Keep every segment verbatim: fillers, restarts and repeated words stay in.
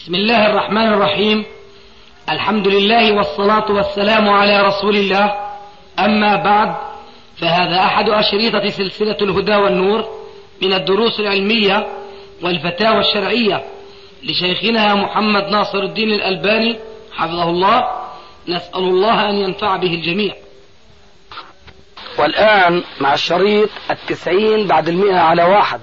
بسم الله الرحمن الرحيم. الحمد لله والصلاة والسلام على رسول الله. أما بعد، فهذا أحد أشريطة سلسلة الهدى والنور من الدروس العلمية والفتاوى الشرعية لشيخنا محمد ناصر الدين الألباني حفظه الله. نسأل الله أن ينفع به الجميع. والآن مع الشريط التسعين بعد المئة على واحد.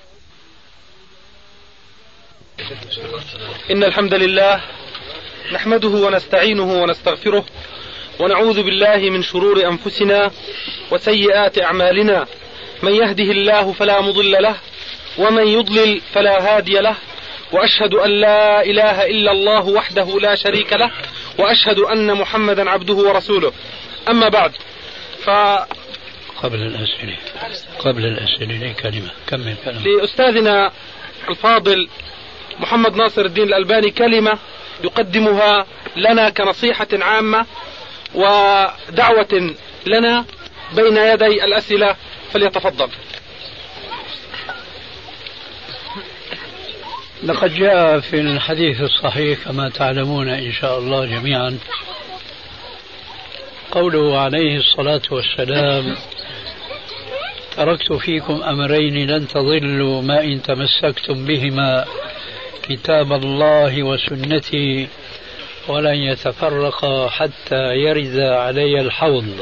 إن الحمد لله نحمده ونستعينه ونستغفره ونعوذ بالله من شرور أنفسنا وسيئات أعمالنا. من يهده الله فلا مضل له ومن يضلل فلا هادي له، وأشهد أن لا إله إلا الله وحده لا شريك له، وأشهد أن محمدا عبده ورسوله. أما بعد، ف قبل الأسئلة قبل الأسئلة كلمة كمل كلمة لأستاذنا الفاضل محمد ناصر الدين الألباني كلمة يقدمها لنا كنصيحة عامة ودعوة لنا بين يدي الأسئلة، فليتفضل. لقد جاء في الحديث الصحيح كما تعلمون إن شاء الله جميعا قوله عليه الصلاة والسلام: تركت فيكم أمرين لن تضلوا ما إن تمسكتم بهما، كتاب الله وسنتي، ولن يتفرقا حتى يرد علي الحوض.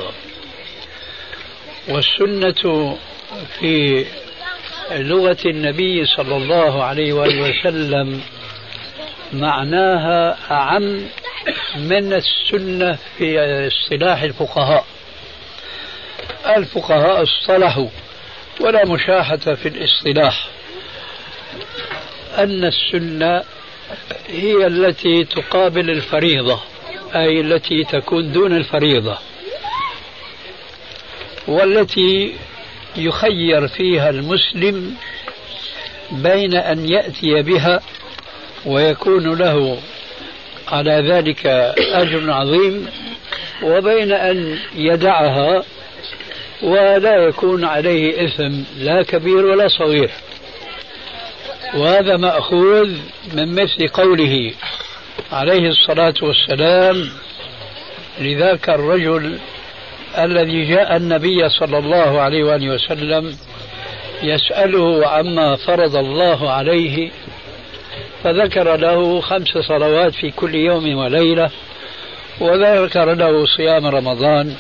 والسنة في لغة النبي صلى الله عليه وآله وسلم معناها أعم من السنة في اصطلاح الفقهاء. الفقهاء اصطلحوا ولا مشاحة في الاصطلاح أن السنة هي التي تقابل الفريضة، أي التي تكون دون الفريضة، والتي يخير فيها المسلم بين أن يأتي بها ويكون له على ذلك أجر عظيم، وبين أن يدعها ولا يكون عليه إثم لا كبير ولا صغير. وهذا مأخوذ من مثل قوله عليه الصلاة والسلام لذاك الرجل الذي جاء النبي صلى الله عليه وآله وسلم يسأله عما فرض الله عليه، فذكر له خمس صلوات في كل يوم وليلة، وذكر له صيام رمضان.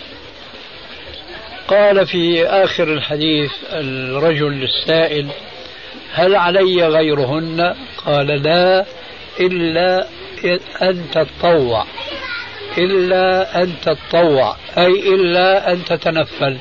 قال في آخر الحديث الرجل السائل: هل علي غيرهن؟ قال: لا، إلا أن تتطوع، إلا أن تتطوع أي إلا أن تتنفل.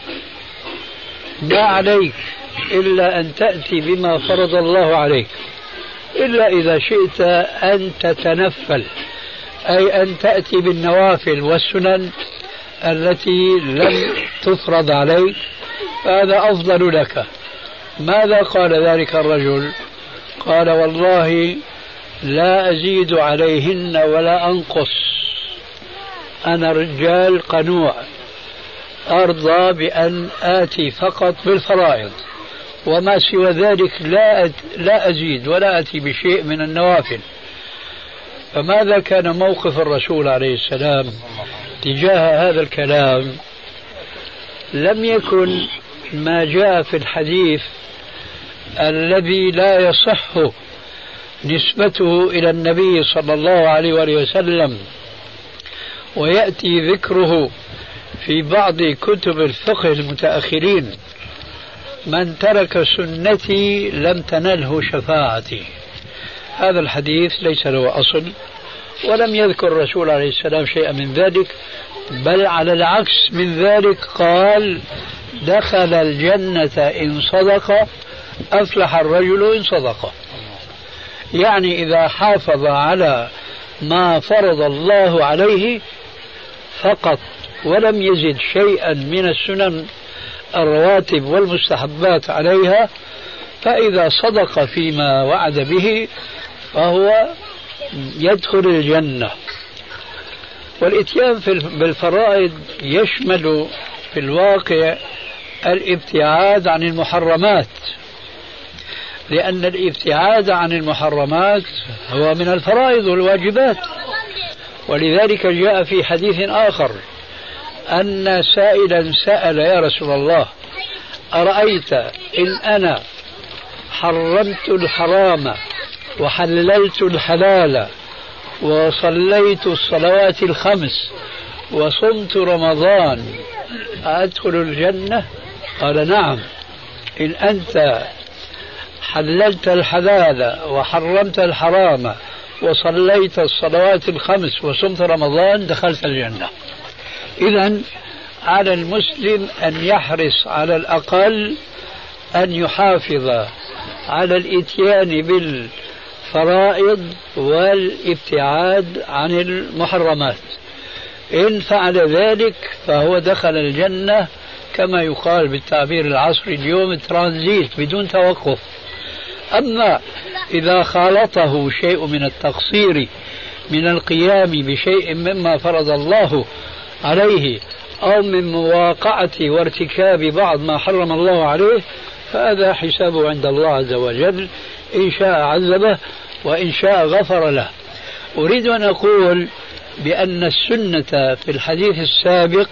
ما عليك إلا أن تأتي بما فرض الله عليك، إلا إذا شئت أن تتنفل، أي أن تأتي بالنوافل والسنن التي لم تفرض عليك، فهذا أفضل لك. ماذا قال ذلك الرجل؟ قال: والله لا أزيد عليهن ولا أنقص، أنا رجال قنوع أرضى بأن آتي فقط بالفرائض، وما سوى ذلك لا لا أزيد ولا أتي بشيء من النوافل. فماذا كان موقف الرسول عليه السلام تجاه هذا الكلام؟ لم يكن ما جاء في الحديث الذي لا يصح نسبته إلى النبي صلى الله عليه وآله وسلم ويأتي ذكره في بعض كتب الفقه المتأخرين: من ترك سنتي لم تنله شفاعتي. هذا الحديث ليس له أصل، ولم يذكر الرسول عليه السلام شيئا من ذلك، بل على العكس من ذلك قال: دخل الجنة إن صدق، أفلح الرجل إن صدق. يعني إذا حافظ على ما فرض الله عليه فقط ولم يزد شيئا من السنن الرواتب والمستحبات عليها، فإذا صدق فيما وعد به فهو يدخل الجنة. والإتيان بالفرائض يشمل في الواقع الابتعاد عن المحرمات، لأن الابتعاد عن المحرمات هو من الفرائض والواجبات. ولذلك جاء في حديث آخر أن سائلا سأل يا رسول الله أرأيت إن أنا حرمت الحرام وحللت الحلال وصليت الصلوات الخمس وصمت رمضان أدخل الجنة؟ قال نعم، إن أنت حللت الحلال وحرمت الحرام وصليت الصلوات الخمس وصمت رمضان دخلت الجنة. إذن على المسلم أن يحرص على الأقل أن يحافظ على الإتيان بالفرائض والابتعاد عن المحرمات. إن فعل ذلك فهو دخل الجنة كما يقال بالتعبير العصري اليوم ترانزيت بدون توقف. أما إذا خالطه شيء من التقصير من القيام بشيء مما فرض الله عليه أو من مواقعة وارتكاب بعض ما حرم الله عليه فهذا حسابه عند الله عز وجل، إن شاء عذبه وإن شاء غفر له. أريد أن أقول بأن السنة في الحديث السابق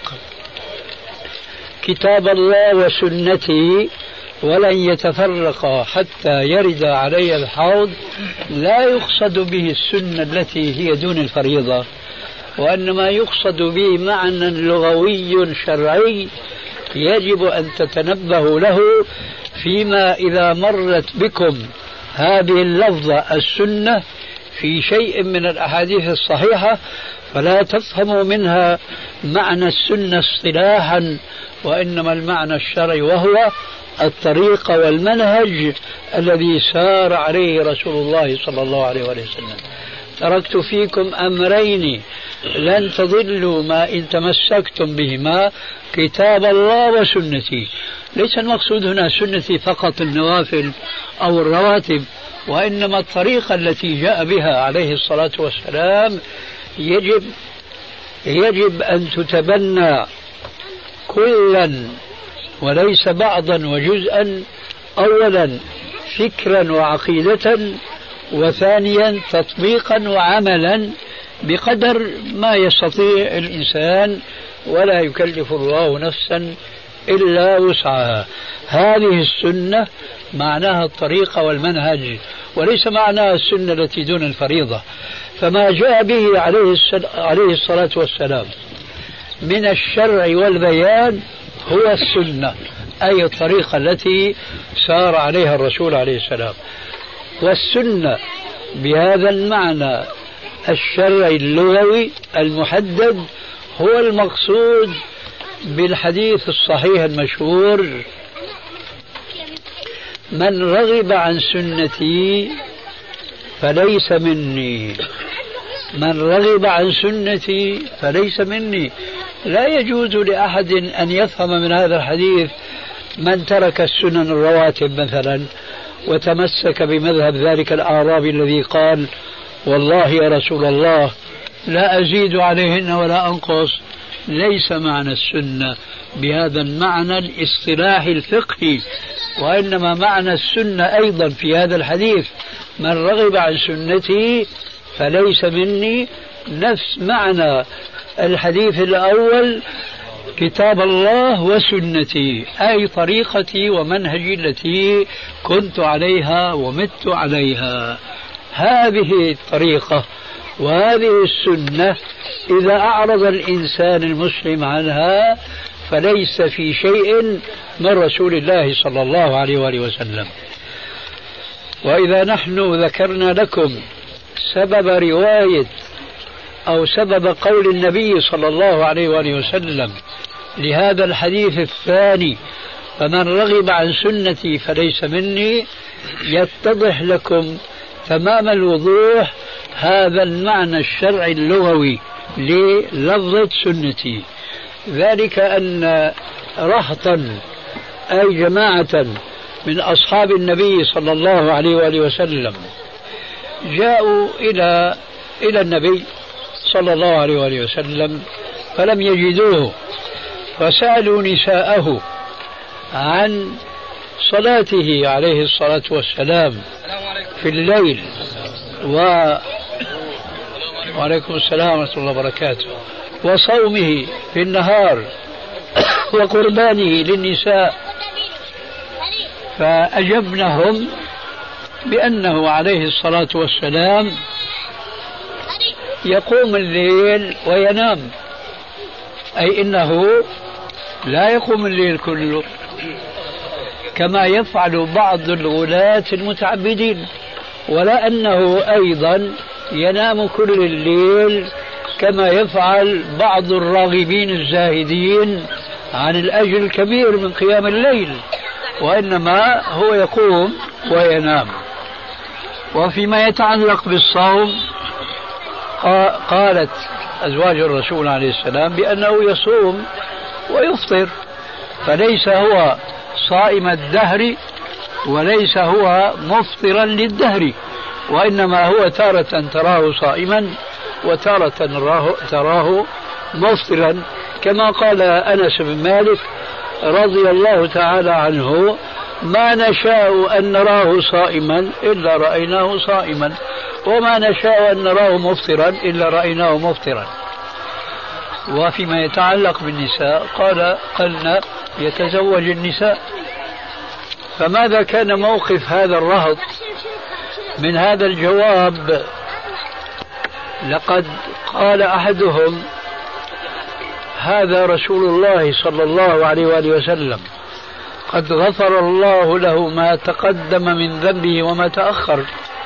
كتاب الله وسنتي ولن يتفرقا حتى يرد علي الحوض لا يقصد به السنة التي هي دون الفريضة، وإنما يقصد به معنى لغوي شرعي يجب أن تتنبهوا له فيما إذا مرت بكم هذه اللفظة السنة في شيء من الأحاديث الصحيحة فلا تفهموا منها معنى السنة اصطلاحا، وإنما المعنى الشرعي وهو الطريقة والمنهج الذي سار عليه رسول الله صلى الله عليه وسلم. تركت فيكم أمرين لن تضلوا ما إن تمسكتم بهما، كتاب الله وسنتي. ليس المقصود هنا سنتي فقط النوافل أو الرواتب، وإنما الطريقة التي جاء بها عليه الصلاة والسلام يجب يجب أن تتبنى كلا وليس بعضا وجزءا، أولا فكرا وعقيدة، وثانيا تطبيقا وعملا بقدر ما يستطيع الإنسان، ولا يكلف الله نفسا إلا وسعها. هذه السنة معناها الطريقة والمنهج، وليس معناها السنة التي دون الفريضة. فما جاء به عليه الصلاة والسلام من الشرع والبيان هو السنة، أي الطريقة التي سار عليها الرسول عليه السلام. والسنة بهذا المعنى الشرعي اللغوي المحدد هو المقصود بالحديث الصحيح المشهور: من رغب عن سنتي فليس مني. من رغب عن سنتي فليس مني. لا يجوز لأحد أن يفهم من هذا الحديث من ترك السنن الرواتب مثلا وتمسك بمذهب ذلك الأعرابي الذي قال: والله يا رسول الله لا أزيد عليهن ولا أنقص. ليس معنى السنة بهذا المعنى الاصطلاحي الفقهي، وإنما معنى السنة أيضا في هذا الحديث: من رغب عن سنتي فليس مني، نفس معنى الحديث الأول: كتاب الله وسنتي، أي طريقتي ومنهجي التي كنت عليها ومت عليها. هذه الطريقة وهذه السنة إذا أعرض الإنسان المسلم عنها فليس في شيء من رسول الله صلى الله عليه وآله وسلم. وإذا نحن ذكرنا لكم سبب رواية أو سبب قول النبي صلى الله عليه وآله وسلم لهذا الحديث الثاني: فمن رغب عن سنتي فليس مني، يتضح لكم تمام الوضوح هذا المعنى الشرعي اللغوي للفظة سنتي. ذلك أن رهطا أي جماعة من أصحاب النبي صلى الله عليه وآله وسلم جاءوا إلى إلى النبي صلى الله عليه وآله وسلم فلم يجدوه، فسألوا نساءه عن صلاته عليه الصلاة والسلام في الليل و وعليكم السلام ورحمة الله وبركاته، وصومه في النهار وقربانه للنساء، فأجبنهم بأنه عليه الصلاة والسلام يقوم الليل وينام، أي إنه لا يقوم الليل كله كما يفعل بعض الغلاة المتعبدين، ولا أنه أيضا ينام كل الليل كما يفعل بعض الراغبين الزاهدين عن الأجر الكبير من قيام الليل، وإنما هو يقوم وينام. وفيما يتعلق بالصوم قالت أزواج الرسول عليه السلام بأنه يصوم ويفطر، فليس هو صائم الدهر وليس هو مفطرا للدهر، وإنما هو تارة تراه صائما وتارة تراه مفطرا، كما قال أنس بن مالك رضي الله تعالى عنه: ما نشاء أن نراه صائما إلا رأيناه صائما، وما نشاء أن نراه مفطرا إلا رأيناه مفطرا. وفيما يتعلق بالنساء قال: قلنا يتزوج النساء. فماذا كان موقف هذا الرهط من هذا الجواب؟ لقد قال أحدهم: هذا رسول الله صلى الله عليه وآله وسلم قد غفر الله له ما تقدم من ذنبه وما تأخر.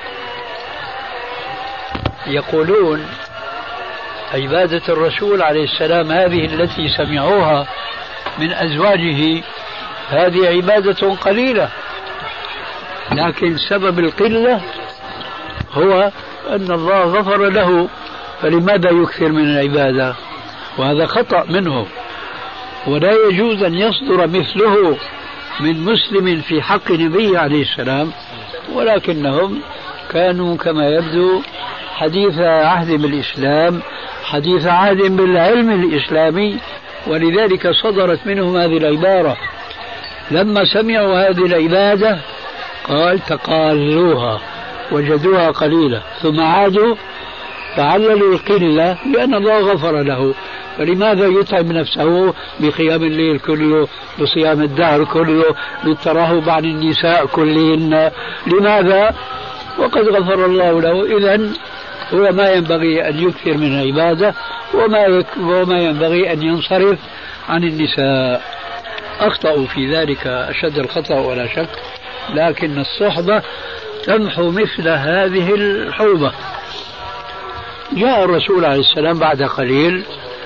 يقولون عبادة الرسول عليه السلام هذه التي سمعوها من أزواجه هذه عبادة قليلة، لكن سبب القلة هو أن الله غفر له، فلماذا يكثر من العبادة؟ وهذا خطأ منه، ولا يجوز أن يصدر مثله من مسلم في حق نبيه عليه السلام، ولكنهم كانوا كما يبدو حديث عهد بالإسلام، حديث عهد بالعلم الإسلامي، ولذلك صدرت منهم هذه العبارة. لما سمعوا هذه العبادة قال تقالوها وجدوها قليلة، ثم عادوا فعللوا القلة لأن الله غفر له، فلماذا يتعب نفسه بقيام الليل كله، بصيام الدهر كله، بالترهب عن النساء كلهن؟ لماذا؟ وقد غفر الله له. إذن هو ما ينبغي أن يكثر من العبادة، وما, وما ينبغي أن ينصرف عن النساء. أخطأوا في ذلك أشد الخطأ ولا شك، لكن الصحبة تمحو مثل هذه الحوبة. جاء الرسول عليه السلام بعد قليل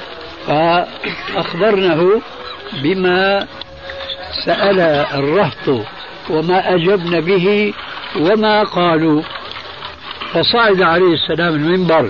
فأخبرنه بما سأل الرهط وما أجبن به وما قالوا، فصعد عليه السلام المنبر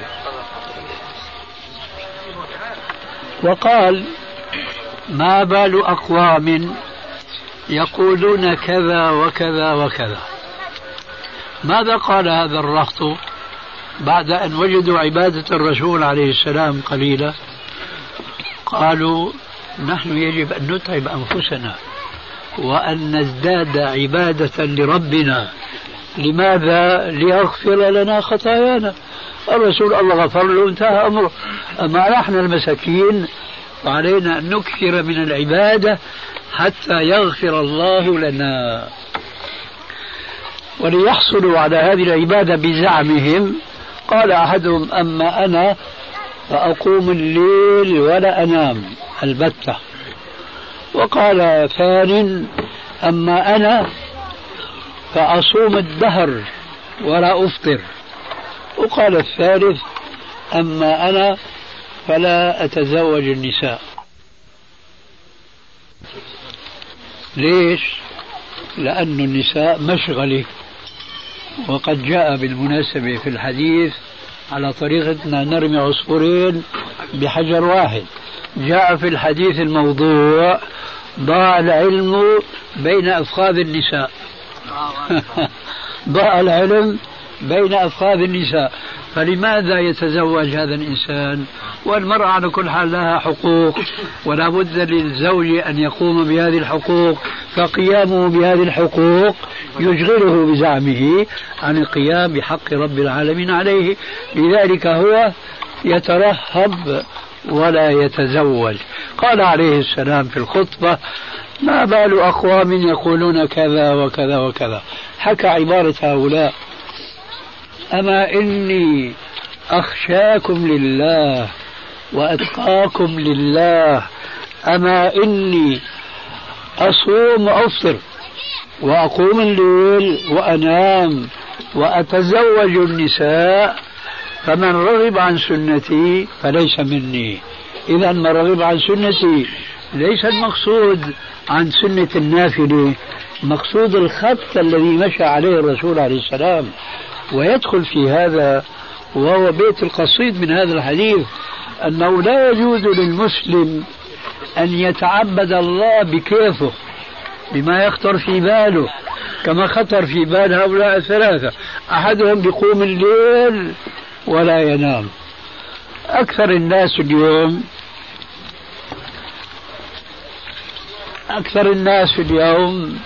وقال: ما بال أقوام يقولون كذا وكذا وكذا. ماذا قال هذا الرهط بعد أن وجدوا عبادة الرسول عليه السلام قليلة؟ قالوا: نحن يجب أن نتعب أنفسنا وأن نزداد عبادة لربنا. لماذا؟ ليغفر لنا خطايانا. الرسول الله غفر له انتهى أمره، أما نحن المساكين فعلينا أن نكثر من العبادة حتى يغفر الله لنا. وليحصلوا على هذه العبادة بزعمهم قال أحدهم: أما أنا فأقوم الليل ولا أنام البتة. وقال ثان: أما أنا فأصوم الدهر ولا أفطر. وقال الثالث: أما أنا فلا أتزوج النساء. ليش؟ لأن النساء مشغلة، وقد جاء بالمناسبة في الحديث على طريقتنا نرمي عصفورين بحجر واحد. جاء في الحديث الموضوع: ضاع العلم بين أفخاذ النساء. ضاع العلم بين أفخاذ النساء، فلماذا يتزوج هذا الإنسان؟ والمرأة على كل حال لها حقوق، ولا بد للزوج أن يقوم بهذه الحقوق، فقيامه بهذه الحقوق يشغله بزعمه عن القيام بحق رب العالمين عليه، لذلك هو يترهب ولا يتزوج. قال عليه السلام في الخطبة: ما بال أقوام يقولون كذا وكذا وكذا، حكى عبارة هؤلاء: أما إني أخشاكم لله وأتقاكم لله، أما إني أصوم وأفطر وأقوم الليل وأنام وأتزوج النساء، فمن رغب عن سنتي فليس مني. إذا من رغب عن سنتي ليس المقصود عن سنة النافلة، مقصود الخط الذي مشى عليه الرسول عليه السلام. ويدخل في هذا وهو بيت القصيد من هذا الحديث أنه لا يجوز للمسلم أن يتعبد الله بكيفه بما يخطر في باله، كما خطر في بال هؤلاء الثلاثة: أحدهم بيقوم الليل ولا ينام. أكثر الناس اليوم أكثر الناس اليوم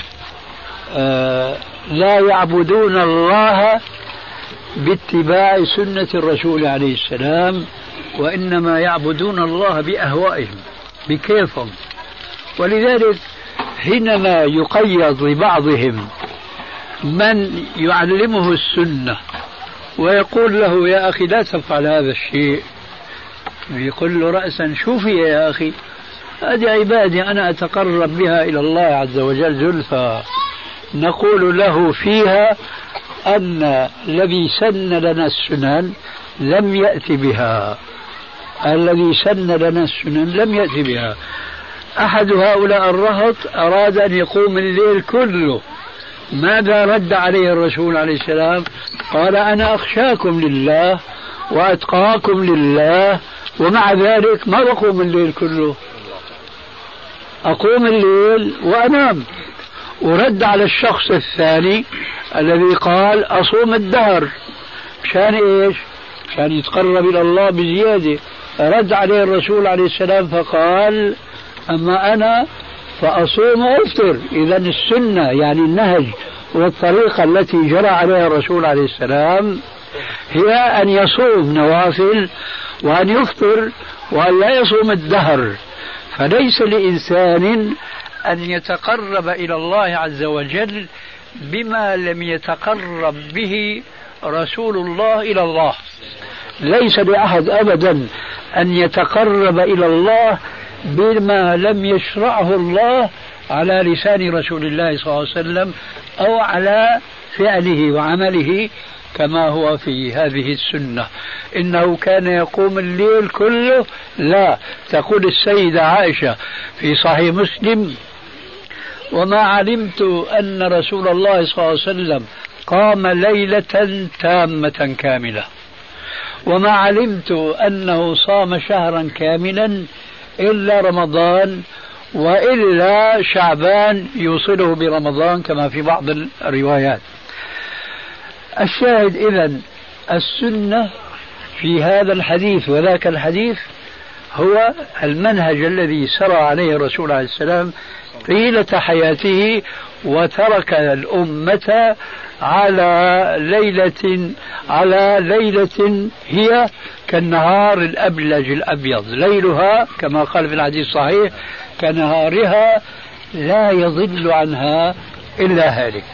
آه لا يعبدون الله باتباع سنة الرسول عليه السلام، وإنما يعبدون الله بأهوائهم بكيفهم. ولذلك حينما يقيض لبعضهم من يعلمه السنة ويقول له: يا أخي لا تفعل هذا الشيء، يقول له رأسا: شوفي يا أخي، هذه عبادة أنا أتقرب بها إلى الله عز وجل زلفى. نقول له فيها أن الذي سن لنا السنن لم يأتي بها، الذي سن لنا السنن لم يأتي بها. أحد هؤلاء الرهط أراد أن يقوم الليل كله، ماذا رد عليه الرسول عليه السلام؟ قال: أنا أخشاكم لله وأتقاكم لله، ومع ذلك ما بقوم الليل كله، أقوم الليل وأنام. ورد على الشخص الثاني الذي قال: أصوم الدهر. مشان إيش؟ مشان يتقرب إلى الله بزيادة. رد عليه الرسول عليه السلام فقال: أما أنا فأصوم وأفطر. إذا السنة يعني النهج والطريقة التي جرى عليها الرسول عليه السلام هي أن يصوم نوافل وأن يفطر وأن لا يصوم الدهر. فليس لإنسان أن يتقرب إلى الله عز وجل بما لم يتقرب به رسول الله إلى الله. ليس لأحد أبدا أن يتقرب إلى الله بما لم يشرعه الله على لسان رسول الله صلى الله عليه وسلم أو على فعله وعمله، كما هو في هذه السنة. إنه كان يقوم الليل كله؟ لا. تقول السيدة عائشة في صحيح مسلم: وما علمت أن رسول الله صلى الله عليه وسلم قام ليلة تامة كاملة، وما علمت أنه صام شهرا كاملا إلا رمضان، وإلا شعبان يوصله برمضان كما في بعض الروايات. الشاهد إذن السنة في هذا الحديث وذاك الحديث هو المنهج الذي سرى عليه الرسول عليه السلام طيلة حياته، وترك الأمة على ليلة على ليلة هي كالنهار الأبلج الأبيض، ليلها كما قال في الحديث الصحيح كنهارها لا يضل عنها إلا هالك.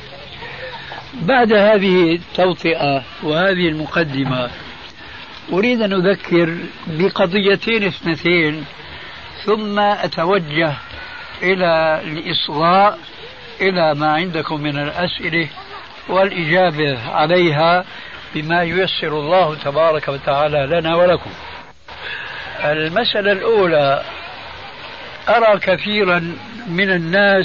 بعد هذه التوطئة وهذه المقدمة أريد أن أذكر بقضيتين اثنتين، ثم أتوجه إلى الإصغاء إلى ما عندكم من الأسئلة والإجابة عليها بما ييسر الله تبارك وتعالى لنا ولكم. المسألة الأولى: أرى كثيرا من الناس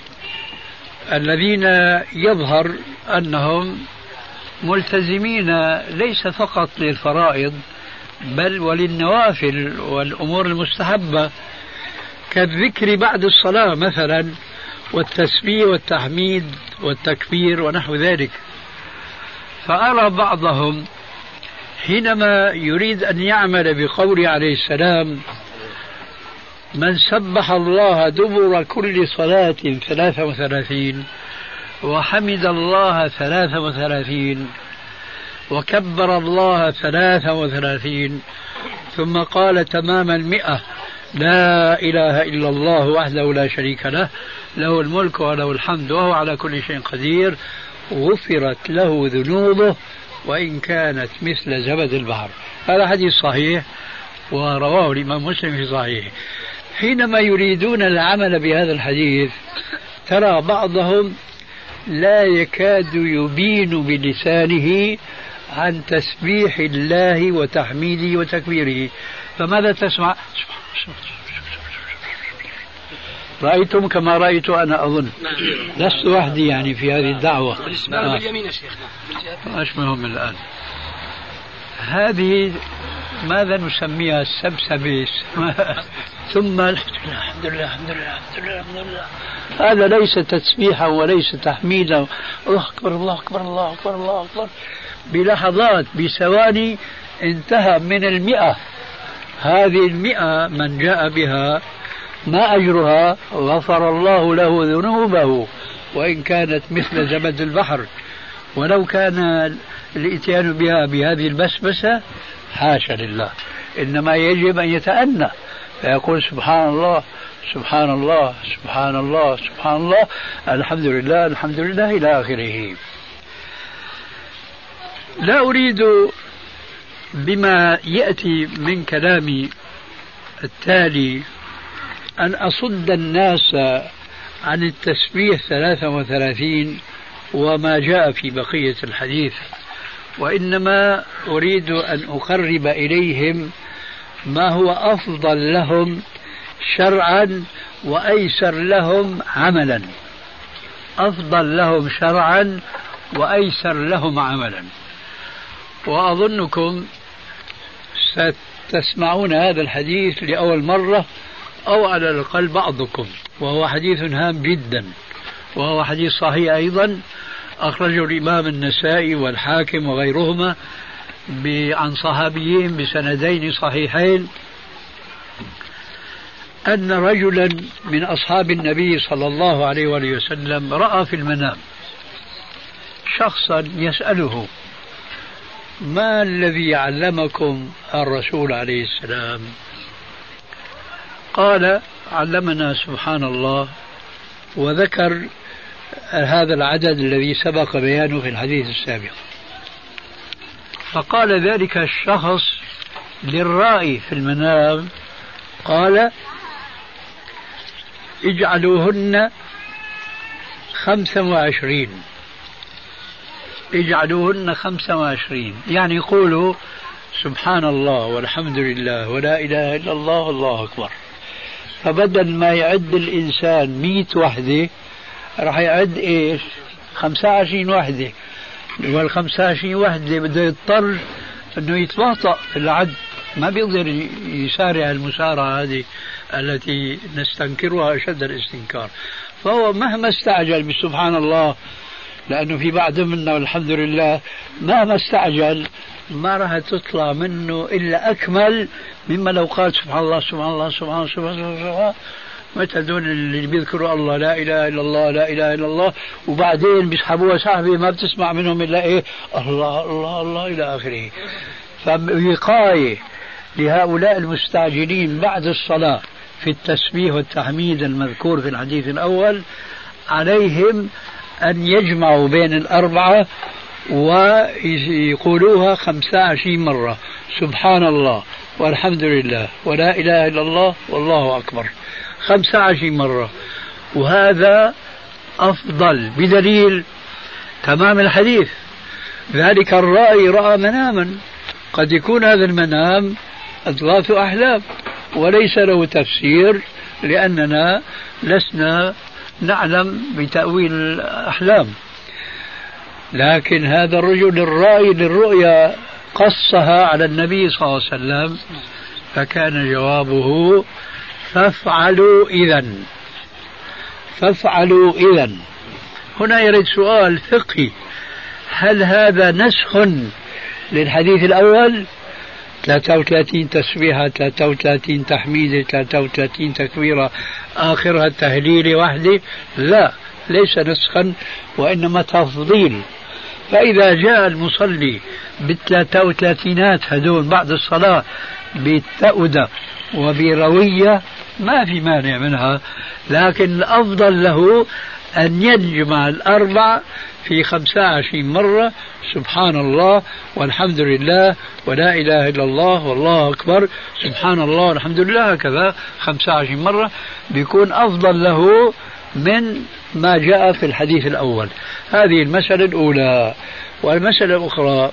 الذين يظهر أنهم ملتزمين ليس فقط للفرائض بل وللنوافل والأمور المستحبة، كالذكر بعد الصلاة مثلا، والتسبيح والتحميد والتكبير ونحو ذلك. فأرى بعضهم حينما يريد أن يعمل بقول عليه السلام من سبح الله دبر كل صلاة ثلاثة وثلاثين وحمد الله ثلاثة وثلاثين وكبر الله ثلاثة وثلاثين ثم قال تمام المئة لا إله إلا الله وحده لا شريك له له الملك وله الحمد وهو على كل شيء قدير غفرت له ذنوبه وإن كانت مثل زبد البحر. هذا حديث صحيح ورواه الإمام مسلم في صحيحه. حينما يريدون العمل بهذا الحديث ترى بعضهم لا يكاد يبين بلسانه عن تسبيح الله وتحميده وتكبيره. فماذا تسمع؟ رأيتم كما رأيت أنا أظن لست وحدي يعني في هذه الدعوة. الإسبال باليمين يا شيخنا أشبههم الآن. هذه ماذا نسميها السبسبة ثم الحمد لله الحمد لله الحمد لله الحمد لله. هذا ليس تسبيحا وليس تحميدا. الله أكبر الله أكبر الله أكبر الله أكبر. بلحظات بثواني انتهى من المئة. هذه المئة من جاء بها ما أجرها؟ غفر الله له ذنوبه وإن كانت مثل زبد البحر. ولو كان الإتيان بها بهذه البسبسة حاشا لله، إنما يجب أن يتأنى فيقول سبحان الله سبحان الله سبحان الله سبحان الله الحمد لله الحمد لله إلى آخره. لا أريد بما يأتي من كلامي التالي أن أصد الناس عن التسبيح ثلاثة وثلاثين وما جاء في بقية الحديث، وإنما أريد أن أقرب إليهم ما هو أفضل لهم شرعا وأيسر لهم عملا. أفضل لهم شرعا وأيسر لهم عملا. وأظنكم ستسمعون هذا الحديث لأول مرة أو على الأقل بعضكم، وهو حديث هام جدا، وهو حديث صحيح أيضا أخرجه الإمام النسائي والحاكم وغيرهما عن صحابيين بسندين صحيحين أن رجلا من أصحاب النبي صلى الله عليه وآله وسلم رأى في المنام شخصا يسأله ما الذي علمكم الرسول عليه السلام؟ قال علمنا سبحان الله، وذكر هذا العدد الذي سبق بيانه في الحديث السابق. فقال ذلك الشخص للرائي في المنام قال اجعلوهن خمسا وعشرين اجعلوهن خمسا وعشرين يعني يقولوا سبحان الله والحمد لله ولا إله إلا الله والله أكبر. فبدل ما يعد الإنسان مئة وحدة راح يعد إيش؟ خمسة وعشرين وحدة، والخمسة وعشرين وحدة بده يضطر أنه يتباطأ في العد، ما بيقدر يسارع المسارعة هذه التي نستنكرها أشد الاستنكار. فهو مهما استعجل بسبحان الله، لأنه في بعض منا والحمد لله مهما استعجل ما راح تطلع منه إلا أكمل مما لو قال سبحان الله سبحان الله سبحان الله سبحان الله, سبحان الله. مثل دون اللي بيذكروا الله لا إله إلا الله لا إله إلا الله وبعدين بيسحبوها سحبة ما بتسمع منهم إلا إيه الله الله الله إلى آخره. فوقاية لهؤلاء المستعجلين بعد الصلاة في التسبيح والتحميد المذكور في الحديث الأول عليهم أن يجمعوا بين الأربعة ويقولوها خمسة وعشرين مرة سبحان الله والحمد لله ولا إله إلا الله والله أكبر خمسة وعشرين مرة. وهذا أفضل بدليل تمام الحديث. ذلك الرأي رأى مناما، قد يكون هذا المنام أضغاث أحلام وليس له تفسير لأننا لسنا نعلم بتأويل الأحلام، لكن هذا الرجل الرأي للرؤيا قصها على النبي صلى الله عليه وسلم، فكان جوابه فافعلوا إذن فافعلوا إذن. هنا يرد سؤال فقهي، هل هذا نسخ للحديث الأول؟ ثلاثة وثلاثين تسبيحة، ثلاثة وثلاثين تحميدة، ثلاثة وثلاثين تكبيرة، آخرها التهليل وحده؟ لا، ليس نسخا وإنما تفضيل. فإذا جاء المصلي بالثلاثة وثلاثينات هدول بعد الصلاة بالتأودة وبروية ما في مانع منها، لكن الأفضل له أن يجمع الأربع في خمسة وعشرين مرة، سبحان الله والحمد لله ولا إله إلا الله والله أكبر، سبحان الله والحمد لله، هكذا خمسة وعشرين مرة، بيكون أفضل له من ما جاء في الحديث الأول. هذه المسألة الأولى. والمسألة الأخرى،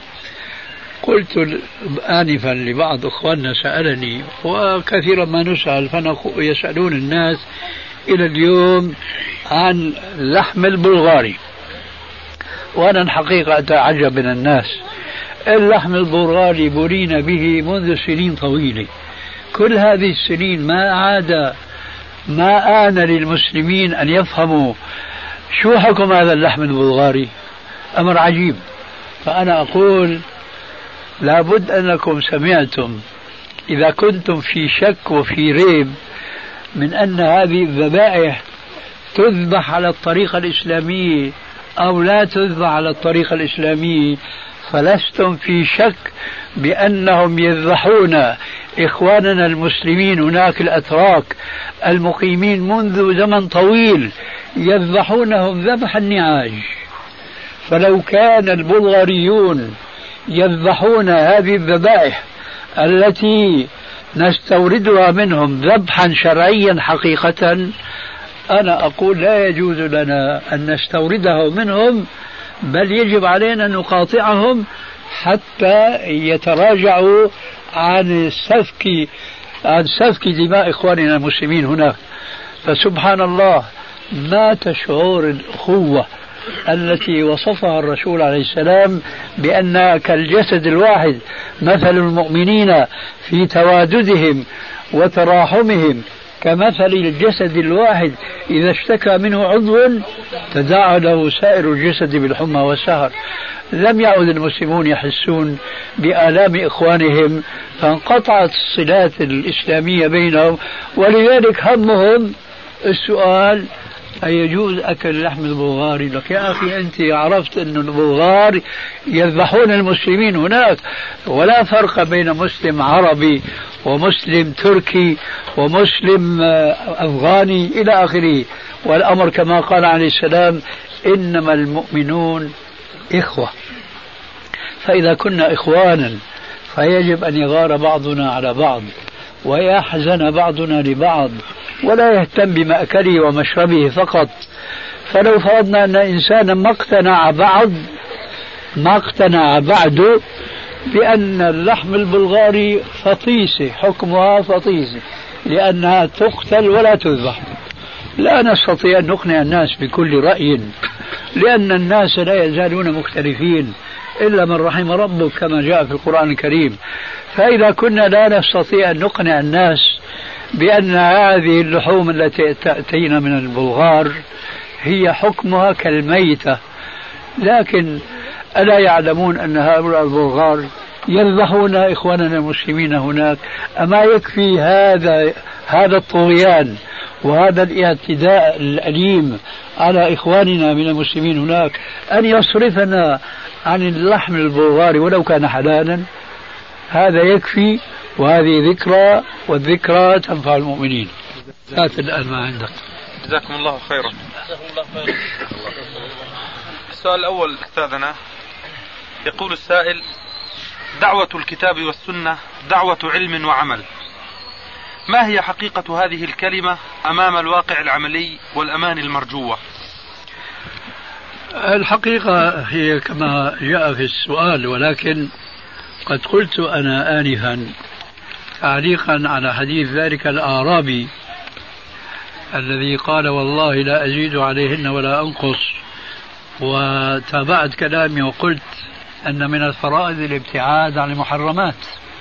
قلت آنفا لبعض أخواننا سألني، وكثيرا ما نسأل فيسألون الناس إلى اليوم عن لحم البلغاري، وأنا الحقيقة أتعجب من الناس. اللحم البلغاري بلينا به منذ سنين طويلة، كل هذه السنين ما عاد ما آن للمسلمين أن يفهموا شو حكم هذا اللحم البلغاري. أمر عجيب. فأنا أقول لابد أنكم سمعتم، إذا كنتم في شك وفي ريب من أن هذه الذبائح تذبح على الطريقة الإسلامية أو لا تذبح على الطريقة الإسلامية، فلستم في شك بأنهم يذبحون إخواننا المسلمين هناك الأتراك المقيمين منذ زمن طويل، يذبحونهم ذبح النعاج. فلو كان البلغاريون يذبحون هذه الذبائح التي نستوردها منهم ذبحا شرعيا حقيقة، أنا أقول لا يجوز لنا أن نستورده منهم، بل يجب علينا أن نقاطعهم حتى يتراجعوا عن سفك عن سفك دماء إخواننا المسلمين هناك. فسبحان الله، مات شعور الأخوة التي وصفها الرسول عليه السلام بأنها كالجسد الواحد، مثل المؤمنين في تواددهم وتراحمهم كمثل الجسد الواحد إذا اشتكى منه عضو تداعى له سائر الجسد بالحمى والسهر. لم يعد المسلمون يحسون بآلام إخوانهم، فانقطعت الصلات الإسلامية بينهم، ولذلك همهم السؤال أيجوز أكل لحم البلغاري؟ لك يا أخي أنت عرفت أن البلغار يذبحون المسلمين هناك، ولا فرق بين مسلم عربي ومسلم تركي ومسلم أفغاني إلى آخره. والأمر كما قال عليه السلام إنما المؤمنون إخوة. فإذا كنا إخوانا فيجب أن يغار بعضنا على بعض ويحزن بعضنا لبعض، ولا يهتم بمأكله ومشربه فقط. فلو فرضنا أن إنسانا ما اقتنع بعض ما اقتنع بعد بأن اللحم البلغاري فطيسة، حكمها فطيسة لأنها تقتل ولا تذبح، لا نستطيع أن نقنع الناس بكل رأي، لأن الناس لا يزالون مختلفين إلا من رحم ربك كما جاء في القرآن الكريم. فإذا كنا لا نستطيع أن نقنع الناس بأن هذه اللحوم التي تأتينا من البلغار هي حكمها كالميتة، لكن ألا يعلمون أن هؤلاء البلغار يذبحون إخواننا المسلمين هناك؟ أما يكفي هذا هذا الطغيان وهذا الاعتداء الأليم على إخواننا من المسلمين هناك أن يصرفنا عن اللحم البلغاري ولو كان حلالا؟ هذا يكفي، وهذه ذكرى، والذكرى تنفع المؤمنين. هات الآن ما عندك. جزاكم الله خيرا. السؤال الأول أستاذنا، يقول السائل: دعوة الكتاب والسنة دعوة علم وعمل، ما هي حقيقة هذه الكلمة أمام الواقع العملي والأمان المرجوة؟ الحقيقة هي كما جاء في السؤال، ولكن قد قلت أنا آنفا تعليقا على حديث ذلك الأعرابي الذي قال والله لا أزيد عليهن ولا أنقص، وتابعت كلامي وقلت أن من الفرائض الابتعاد عن المحرمات،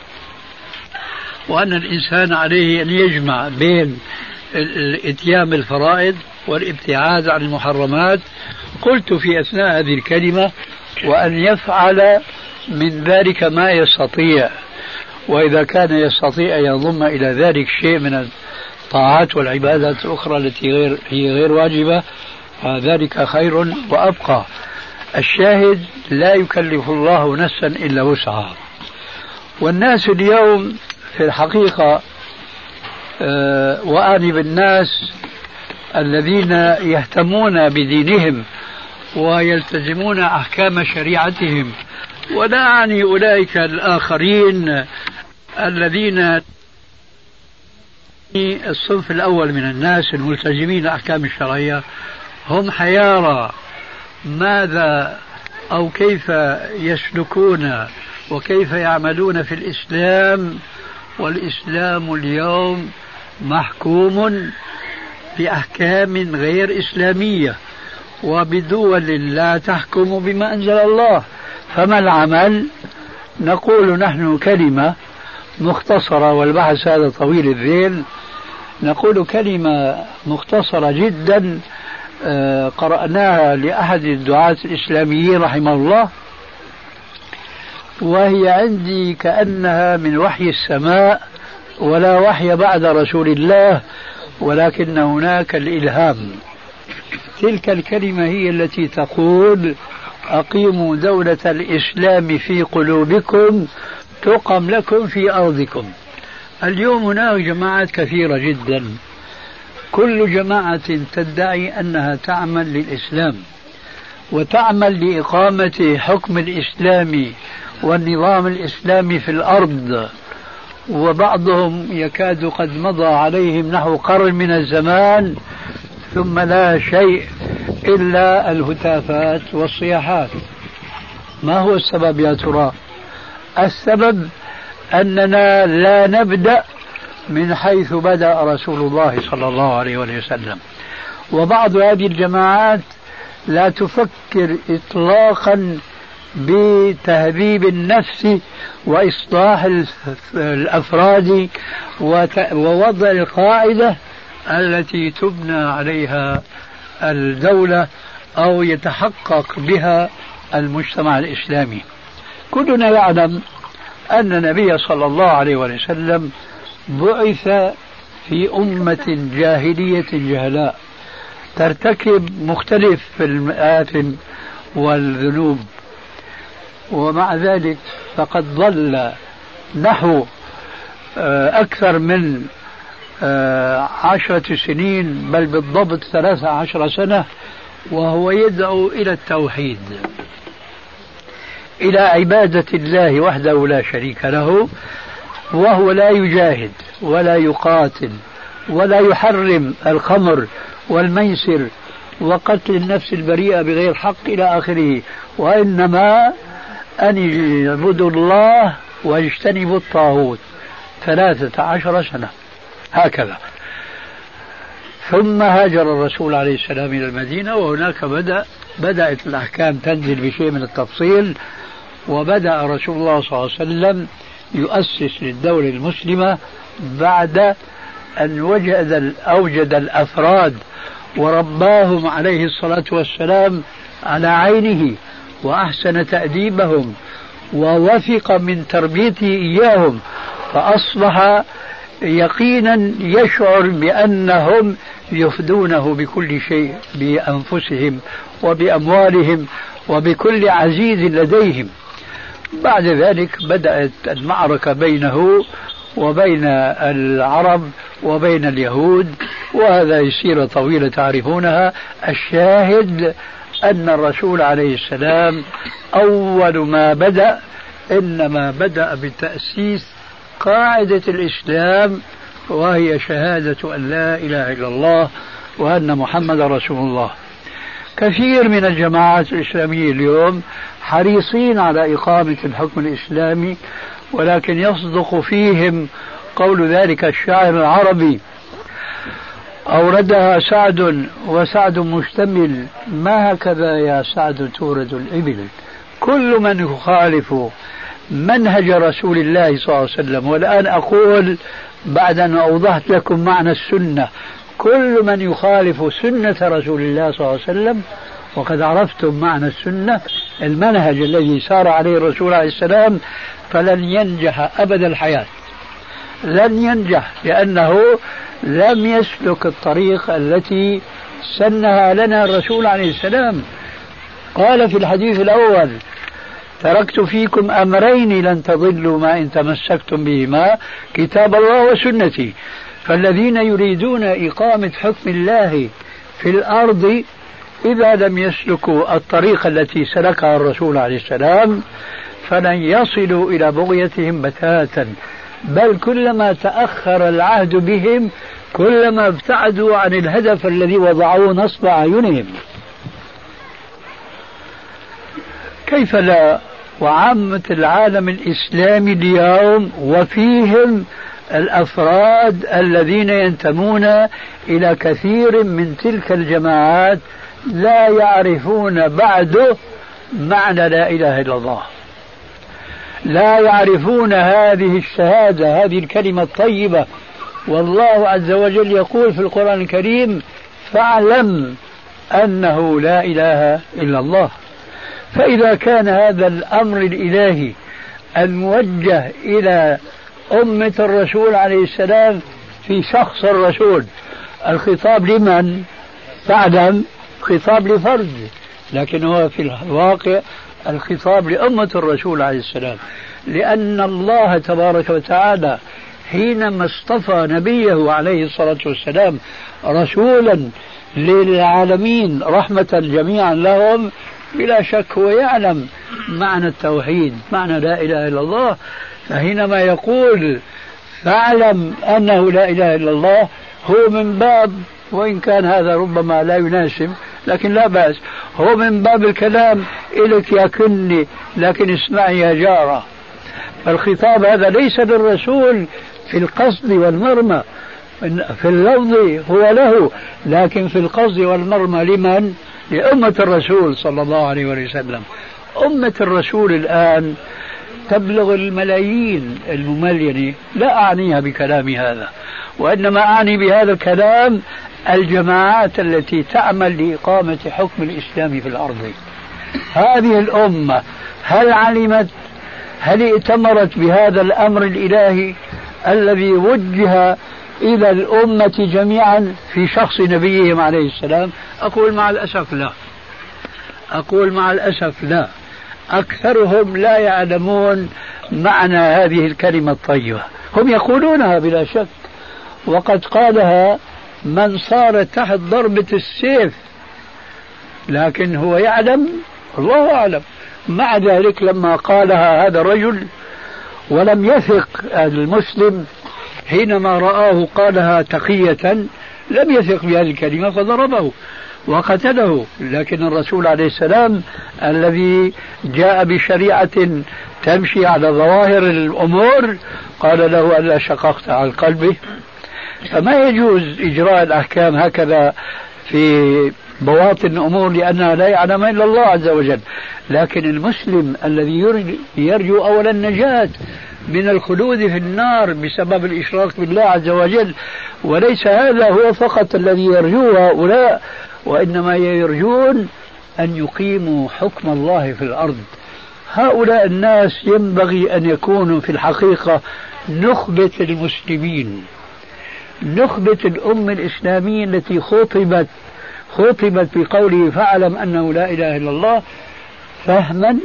وأن الإنسان عليه أن يجمع بين الاتيان بالفرائض والابتعاد عن المحرمات. قلت في أثناء هذه الكلمة وأن يفعل من ذلك ما يستطيع، وإذا كان يستطيع أن يضم إلى ذلك شيء من الطاعات والعبادات الأخرى التي غير هي غير واجبة فذلك خير وأبقى. الشاهد لا يكلف الله نفسا إلا وسعها. والناس اليوم في الحقيقة أه وأعني بالناس الذين يهتمون بدينهم ويلتزمون أحكام شريعتهم، ولا أعني أولئك الآخرين الذين الصنف الأول من الناس الملتزمين أحكام الشرعية هم حيارى ماذا أو كيف يسلكون وكيف يعملون في الإسلام. والإسلام اليوم محكوم بأحكام غير إسلامية وبدول لا تحكم بما أنزل الله. فما العمل؟ نقول نحن كلمة مختصرة، والبحث هذا طويل الذيل، نقول كلمة مختصرة جدا قرأناها لأحد الدعاة الإسلاميين رحمه الله، وهي عندي كأنها من وحي السماء، ولا وحي بعد رسول الله ولكن هناك الإلهام. تلك الكلمة هي التي تقول: أقيموا دولة الإسلام في قلوبكم تقم لكم في أرضكم. اليوم هناك جماعات كثيرة جدا، كل جماعة تدعي أنها تعمل للإسلام وتعمل لإقامة حكم الإسلام والنظام الإسلامي في الأرض، وبعضهم يكاد قد مضى عليهم نحو قرن من الزمان ثم لا شيء إلا الهتافات والصياحات. ما هو السبب يا ترى؟ السبب أننا لا نبدأ من حيث بدأ رسول الله صلى الله عليه وسلم. وبعض هذه الجماعات لا تفكر إطلاقا بتهذيب النفس وإصلاح الأفراد ووضع القاعدة التي تبنى عليها الدولة أو يتحقق بها المجتمع الإسلامي. كلنا يعلم أن النبي صلى الله عليه وسلم بعث في أمة جاهلية جهلاء ترتكب مختلف المآثم والذنوب، ومع ذلك فقد ظل نحو أكثر من عشرة سنين، بل بالضبط ثلاثة عشر سنة، وهو يدعو إلى التوحيد، إلى عبادة الله وحده لا شريك له، وهو لا يجاهد ولا يقاتل ولا يحرم الخمر والميسر وقتل النفس البريئة بغير حق إلى آخره، وإنما أن يعبدوا الله ويجتنبوا الطاغوت. ثلاثة عشر سنة هكذا. ثم هاجر الرسول عليه السلام إلى المدينة، وهناك بدأ بدأت الأحكام تنزل بشيء من التفصيل، وبدأ رسول الله صلى الله عليه وسلم يؤسس للدولة المسلمة بعد أن وجد أوجد الأفراد ورباهم عليه الصلاة والسلام على عينه، وأحسن تأديبهم ووثق من تربيته إياهم، فأصبح يقينا يشعر بأنهم يفدونه بكل شيء، بأنفسهم وبأموالهم وبكل عزيز لديهم. بعد ذلك بدأت المعركة بينه وبين العرب وبين اليهود، وهذا سيرة طويلة تعرفونها. الشاهد أن الرسول عليه السلام أول ما بدأ إنما بدأ بتأسيس قاعدة الإسلام، وهي شهادة أن لا إله إلا الله وأن محمد رسول الله. كثير من الجماعات الإسلامية اليوم حريصين على إقامة الحكم الإسلامي، ولكن يصدق فيهم قول ذلك الشاعر العربي: أوردها سعد وسعد مشتمل، ما هكذا يا سعد تورد الإبل. كل من يخالف منهج رسول الله صلى الله عليه وسلم، والآن أقول بعد أن أوضحت لكم معنى السنة، كل من يخالف سنة رسول الله صلى الله عليه وسلم وقد عرفتم معنى السنة، المنهج الذي سار عليه الرسول عليه السلام، فلن ينجح أبد الحياة، لن ينجح، لأنه لم يسلك الطريق التي سنها لنا الرسول عليه السلام. قال في الحديث الأول: تركت فيكم أمرين لن تضلوا ما إن تمسكتم بهما، كتاب الله وسنتي. فالذين يريدون إقامة حكم الله في الأرض إذا لم يسلكوا الطريق التي سلكها الرسول عليه السلام فلن يصلوا إلى بغيتهم بتاتا، بل كلما تأخر العهد بهم كلما ابتعدوا عن الهدف الذي وضعوه نصب أعينهم. كيف لا؟ وعامة العالم الإسلامي اليوم وفيهم الأفراد الذين ينتمون إلى كثير من تلك الجماعات لا يعرفون بعد معنى لا إله إلا الله، لا يعرفون هذه الشهادة، هذه الكلمة الطيبة. والله عز وجل يقول في القرآن الكريم: فاعلم أنه لا إله إلا الله. فإذا كان هذا الأمر الإلهي الموجه إلى أمة الرسول عليه السلام في شخص الرسول، الخطاب لمن؟ فاعلم، خطاب لفرد، لكن هو في الواقع الخطاب لأمة الرسول عليه السلام، لأن الله تبارك وتعالى حينما اصطفى نبيه عليه الصلاة والسلام رسولا للعالمين رحمة جميعا لهم، بلا شك هو يعلم معنى التوحيد، معنى لا إله إلا الله. فحينما يقول فاعلم أنه لا إله إلا الله، هو من باب، وإن كان هذا ربما لا يناسب لكن لا بأس، هو من باب الكلام إليك يا كني لكن اسمعي يا جارة. فالخطاب هذا ليس للرسول في القصد والمرمى، في اللفظ هو له، لكن في القصد والمرمى لمن؟ لأمة الرسول صلى الله عليه وسلم. أمة الرسول الآن تبلغ الملايين المملينة، لا أعنيها بكلامي هذا، وإنما أعني بهذا الكلام الجماعات التي تعمل لإقامة حكم الإسلام في الأرض. هذه الأمة هل علمت، هل ائتمرت بهذا الأمر الإلهي الذي وجه إلى الأمة جميعا في شخص نبيهم عليه السلام؟ أقول مع الأسف لا، أقول مع الأسف لا. أكثرهم لا يعلمون معنى هذه الكلمة الطيبة، هم يقولونها بلا شك، وقد قالها من صار تحت ضربة السيف، لكن هو يعلم، الله أعلم. مع ذلك لما قالها هذا الرجل ولم يثق المسلم حينما رآه قالها تقية، لم يثق بهذه الكلمة فضربه وقتله. لكن الرسول عليه السلام الذي جاء بشريعة تمشي على ظواهر الأمور قال له: ألا شققت عن قلبه؟ فما يجوز إجراء الأحكام هكذا في بواطن الأمور لأنها لا يعلم إلا الله عز وجل. لكن المسلم الذي يرجو أولا النجاة من الخلود في النار بسبب الإشراك بالله عز وجل، وليس هذا هو فقط الذي يرجوه هؤلاء، وإنما يرجون أن يقيموا حكم الله في الأرض. هؤلاء الناس ينبغي أن يكونوا في الحقيقة نخبة المسلمين، نخبة الأمة الإسلامية التي خطبت خطبت بقوله فاعلم أنه لا إله إلا الله، فهما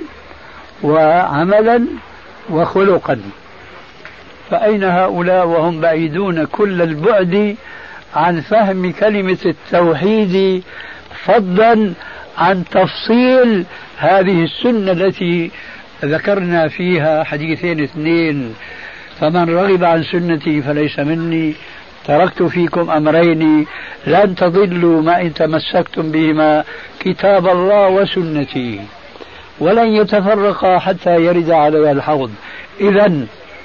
وعملا وخلقا. فأين هؤلاء وهم بعيدون كل البعد عن فهم كلمة التوحيد، فضلا عن تفصيل هذه السنة التي ذكرنا فيها حديثين اثنين: فمن رغب عن سنتي فليس مني، تركت فيكم أمرين لن تضلوا ما إن تمسكتم بهما، كتاب الله وسنتي، ولن يتفرقا حتى يرد علي الحوض. إذن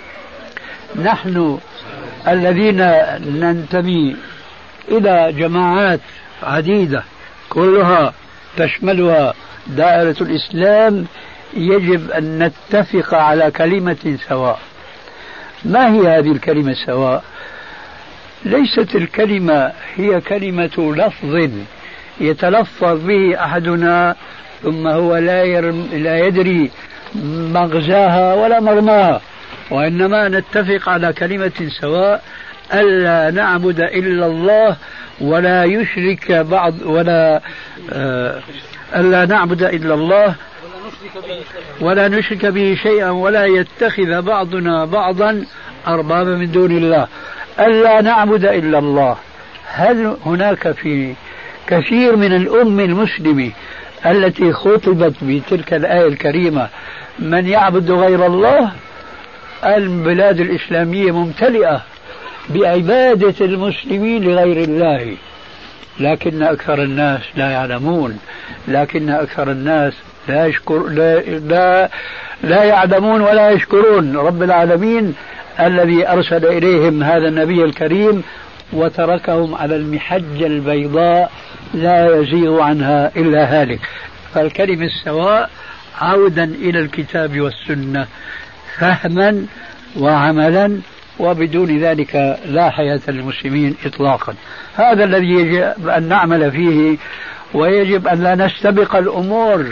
نحن الذين ننتمي إلى جماعات عديدة كلها تشملها دائرة الإسلام يجب أن نتفق على كلمة سواء. ما هي هذه الكلمة السواء؟ ليست الكلمة هي كلمة لفظ يتلفظ به أحدنا ثم هو لا, يرم لا يدري مغزاها ولا مرماها، وإنما نتفق على كلمة سواء: ألا نعبد إلا الله ولا يشرك بعض ولا آه ألا نعبد إلا الله ولا نشرك به شيئا ولا يتخذ بعضنا بعضا أربابا من دون الله. ألا نعبد إلا الله. هل هناك في كثير من الأمة المسلمة التي خطبت بتلك الآية الكريمة من يعبد غير الله؟ البلاد الإسلامية ممتلئة بعبادة المسلمين لغير الله، لكن أكثر الناس لا يعلمون، لكن أكثر الناس لا, يشكر لا, لا, لا يعلمون ولا يشكرون رب العالمين الذي أرسل إليهم هذا النبي الكريم وتركهم على المحجة البيضاء لا يزيغ عنها إلا هالك. فالكلمة السواء عودا إلى الكتاب والسنة فهما وعملا، وبدون ذلك لا حياة للمسلمين إطلاقا. هذا الذي يجب أن نعمل فيه، ويجب أن لا نستبق الأمور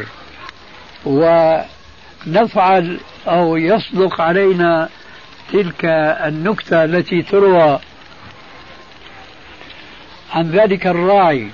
ونفعل أو يصدق علينا تلك النكتة التي تروى عن ذلك الراعي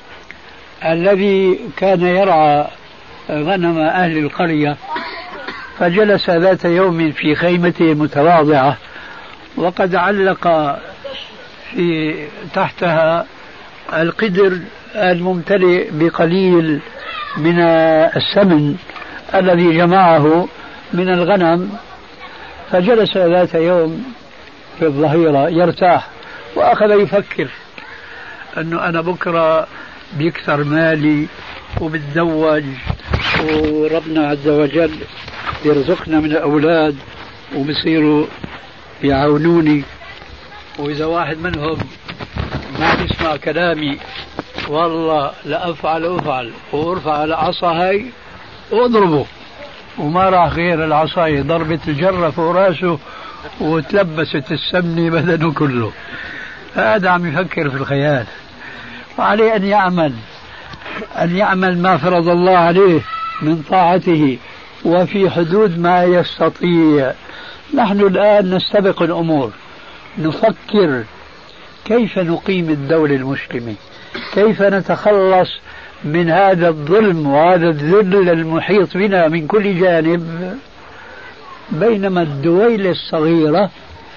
الذي كان يرعى غنم أهل القرية، فجلس ذات يوم في خيمته المتواضعة وقد علق في تحتها القدر الممتلئ بقليل من السمن الذي جمعه من الغنم، فجلس ذات يوم في الظهيرة يرتاح وأخذ يفكر أنه أنا بكرة بيكثر مالي وبتزوج وربنا عز وجل يرزقنا من الأولاد وبصيروا يعاونوني، وإذا واحد منهم ما يسمع كلامي والله لا أفعل أفعل وأرفع على عصا هاي وأضربه، وما راح غير العصاية ضربة الجرة فوق راسه وتلبست السمنة بدنه كله. هذا عم يفكر في الخيال، وعليه أن يعمل أن يعمل ما فرض الله عليه من طاعته وفي حدود ما يستطيع. نحن الآن نستبق الأمور، نفكر كيف نقيم الدولة المسلمة، كيف نتخلص من هذا الظلم وهذا الذل المحيط بنا من كل جانب، بينما الدويلة الصغيرة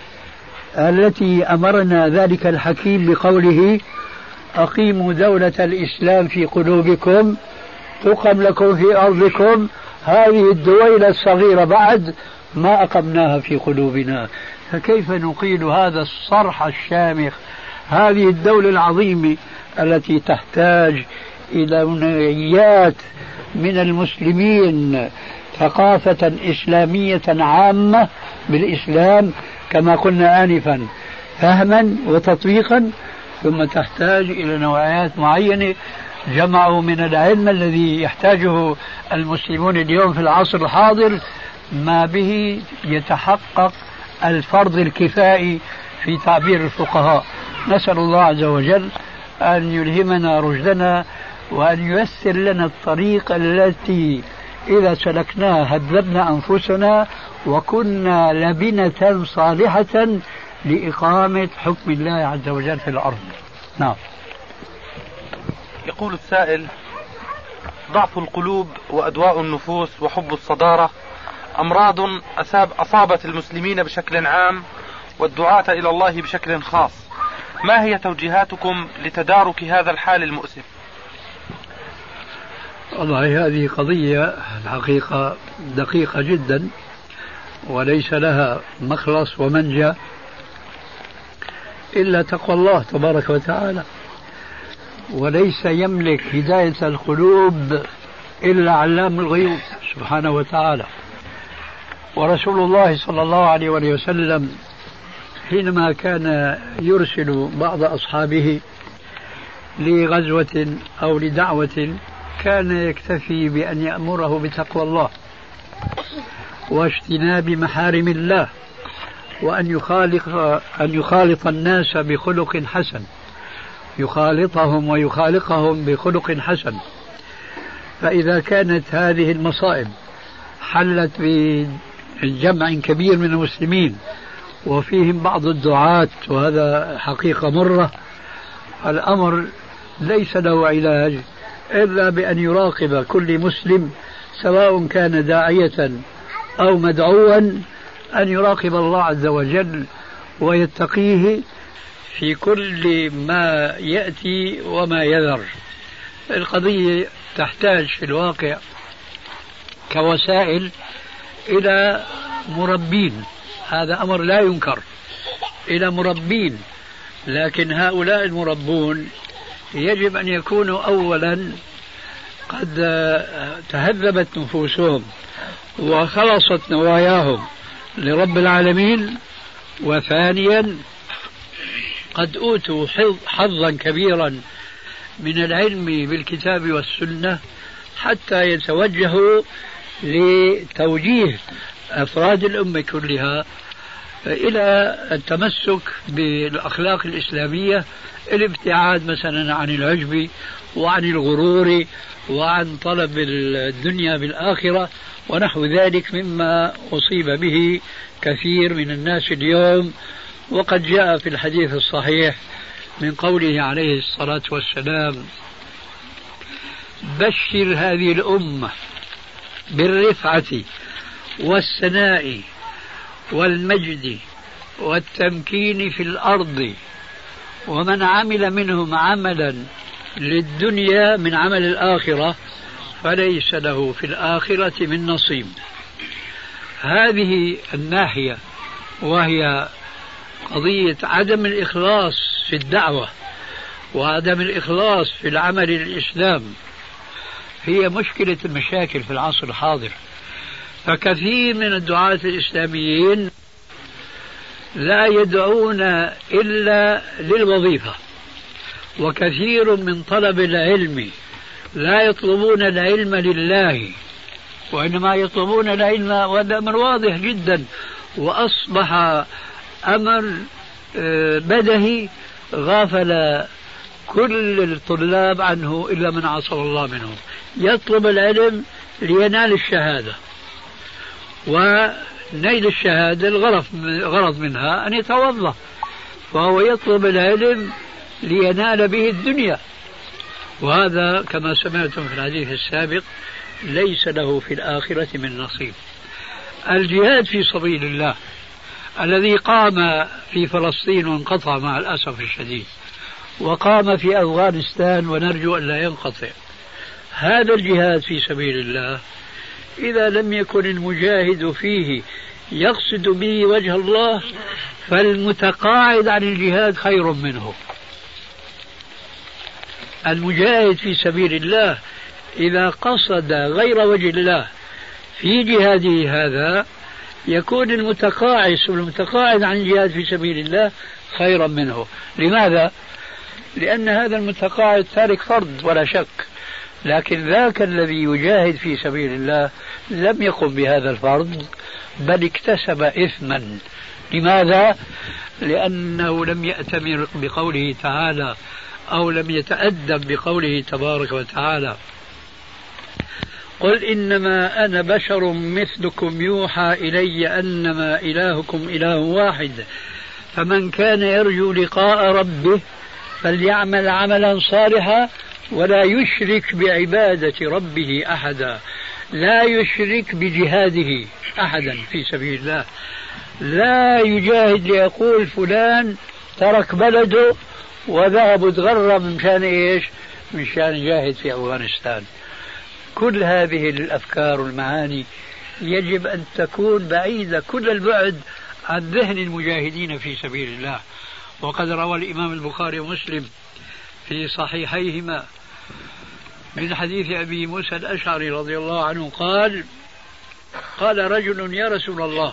التي أمرنا ذلك الحكيم بقوله أقيموا دولة الإسلام في قلوبكم تقم لكم في أرضكم، هذه الدويلة الصغيرة بعد ما أقمناها في قلوبنا، فكيف نقيل هذا الصرح الشامخ، هذه الدولة العظيمة التي تحتاج إلى نوعيات من المسلمين ثقافة إسلامية عامة بالإسلام كما قلنا آنفا فهما وتطبيقا، ثم تحتاج إلى نوعيات معينة جمعوا من العلم الذي يحتاجه المسلمون اليوم في العصر الحاضر ما به يتحقق الفرض الكفائي في تعبير الفقهاء. نسأل الله عز وجل أن يلهمنا رشدنا وأن ييسر لنا الطريق التي إذا سلكناها هذبنا أنفسنا وكنا لبنة صالحة لإقامة حكم الله عز وجل في الأرض. نعم. يقول السائل: ضعف القلوب وأدواء النفوس وحب الصدارة أمراض أساب أصابت المسلمين بشكل عام والدعاة إلى الله بشكل خاص، ما هي توجيهاتكم لتدارك هذا الحال المؤسف؟ والله هذه قضية الحقيقة دقيقة جدا وليس لها مخلص ومنجى إلا تقوى الله تبارك وتعالى، وليس يملك هداية القلوب إلا علام الغيوب سبحانه وتعالى. ورسول الله صلى الله عليه وسلم حينما كان يرسل بعض أصحابه لغزوة أو لدعوة كان يكتفي بأن يأمره بتقوى الله واجتناب محارم الله وأن يخالق أن يخالط الناس بخلق حسن، يخالطهم ويخالقهم بخلق حسن. فإذا كانت هذه المصائب حلت بجمع كبير من المسلمين وفيهم بعض الدعاة، وهذا حقيقة مرة، الأمر ليس له علاج إلا بأن يراقب كل مسلم سواء كان داعية أو مدعوا أن يراقب الله عز وجل ويتقيه في كل ما يأتي وما يذر. القضية تحتاج في الواقع كوسائل إلى مربين، هذا أمر لا ينكر، إلى مربين، لكن هؤلاء المربون يجب أن يكونوا أولا قد تهذبت نفوسهم وخلصت نواياهم لرب العالمين، وثانيا قد أوتوا حظا كبيرا من العلم بالكتاب والسنة حتى يتوجهوا لتوجيه أفراد الأمة كلها إلى التمسك بالأخلاق الإسلامية، الابتعاد مثلا عن العجب وعن الغرور وعن طلب الدنيا بالآخرة ونحو ذلك مما أصيب به كثير من الناس اليوم. وقد جاء في الحديث الصحيح من قوله عليه الصلاة والسلام: بشر هذه الأمة بالرفعة والسناء والمجد والتمكين في الأرض، ومن عمل منهم عملا للدنيا من عمل الآخرة فليس له في الآخرة من نصيب. هذه الناحية وهي قضية عدم الإخلاص في الدعوة وعدم الإخلاص في العمل للإسلام هي مشكلة المشاكل في العصر الحاضر. فكثير من الدعاة الإسلاميين لا يدعون إلا للوظيفة، وكثير من طلب العلم لا يطلبون العلم لله وإنما يطلبون العلم، وهذا أمر واضح جدا، وأصبح أمر بدهي غافل كل الطلاب عنه إلا من عصى الله منهم. يطلب العلم لينال الشهادة، ونيل الشهادة الغرض منها أن يتوظف، فهو يطلب العلم لينال به الدنيا، وهذا كما سمعتم في الحديث السابق ليس له في الآخرة من نصيب. الجهاد في سبيل الله الذي قام في فلسطين وانقطع مع الأسف الشديد، وقام في أفغانستان ونرجو أن لا ينقطع، هذا الجهاد في سبيل الله إذا لم يكن المجاهد فيه يقصد به وجه الله فالمتقاعد عن الجهاد خير منه. المجاهد في سبيل الله إذا قصد غير وجه الله في جهاده هذا يكون المتقاعس والمتقاعد عن الجهاد في سبيل الله خيرا منه. لماذا؟ لأن هذا المتقاعد تارك فرض ولا شك، لكن ذاك الذي يجاهد في سبيل الله لم يقم بهذا الفرض بل اكتسب إثما. لماذا؟ لأنه لم يأتمر بقوله تعالى أو لم يتأدب بقوله تبارك وتعالى: قل إنما أنا بشر مثلكم يوحى إلي أنما إلهكم إله واحد فمن كان يرجو لقاء ربه فليعمل عملا صالحا ولا يشرك بعبادة ربه أحدا. لا يشرك بجهاده أحدا في سبيل الله، لا يجاهد ليقول فلان ترك بلده وذهب وتغرب من شان إيش؟ من شان يجاهد في أفغانستان. كل هذه الأفكار والمعاني يجب أن تكون بعيدة كل البعد عن ذهن المجاهدين في سبيل الله. وقد روى الإمام البخاري ومسلم في صحيحيهما من حديث أبي موسى الأشعري رضي الله عنه قال: قال رجل: يا رسول الله،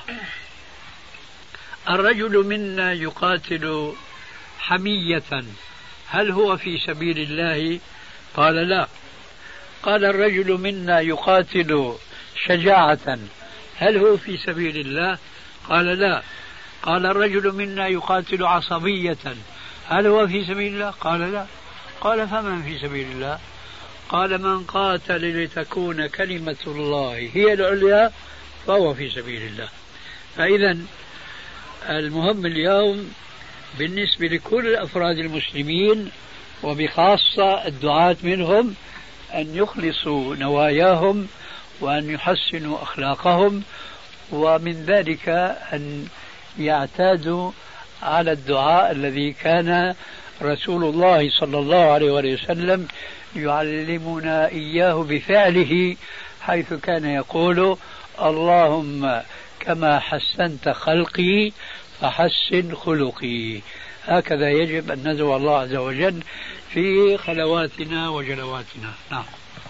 الرجل منا يقاتل حمية هل هو في سبيل الله؟ قال: لا. قال: الرجل منا يقاتل شجاعة هل هو في سبيل الله؟ قال: لا. قال: الرجل منا يقاتل عصبية هل هو في سبيل الله؟ قال لا. قال فمن في سبيل الله؟ قال من قاتل لتكون كلمة الله هي العليا فهو في سبيل الله. فإذا المهم اليوم بالنسبة لكل أفراد المسلمين وبخاصة الدعاة منهم أن يخلصوا نواياهم وأن يحسنوا أخلاقهم، ومن ذلك أن يعتادوا على الدعاء الذي كان رسول الله صلى الله عليه وسلم يعلمنا إياه بفعله، حيث كان يقول اللهم كما حسنت خلقي فحسن خلقي. هكذا يجب أن ندعو الله عز وجل في خلواتنا وجلواتنا. نعم.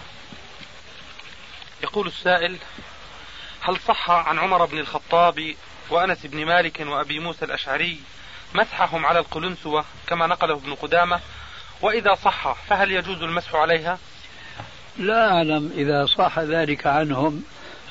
يقول السائل: هل صح عن عمر بن الخطاب وأنس بن مالك وأبي موسى الأشعري مسحهم على القلنسوة كما نقله ابن قدامة؟ وإذا صح فهل يجوز المسح عليها؟ لا أعلم إذا صح ذلك عنهم.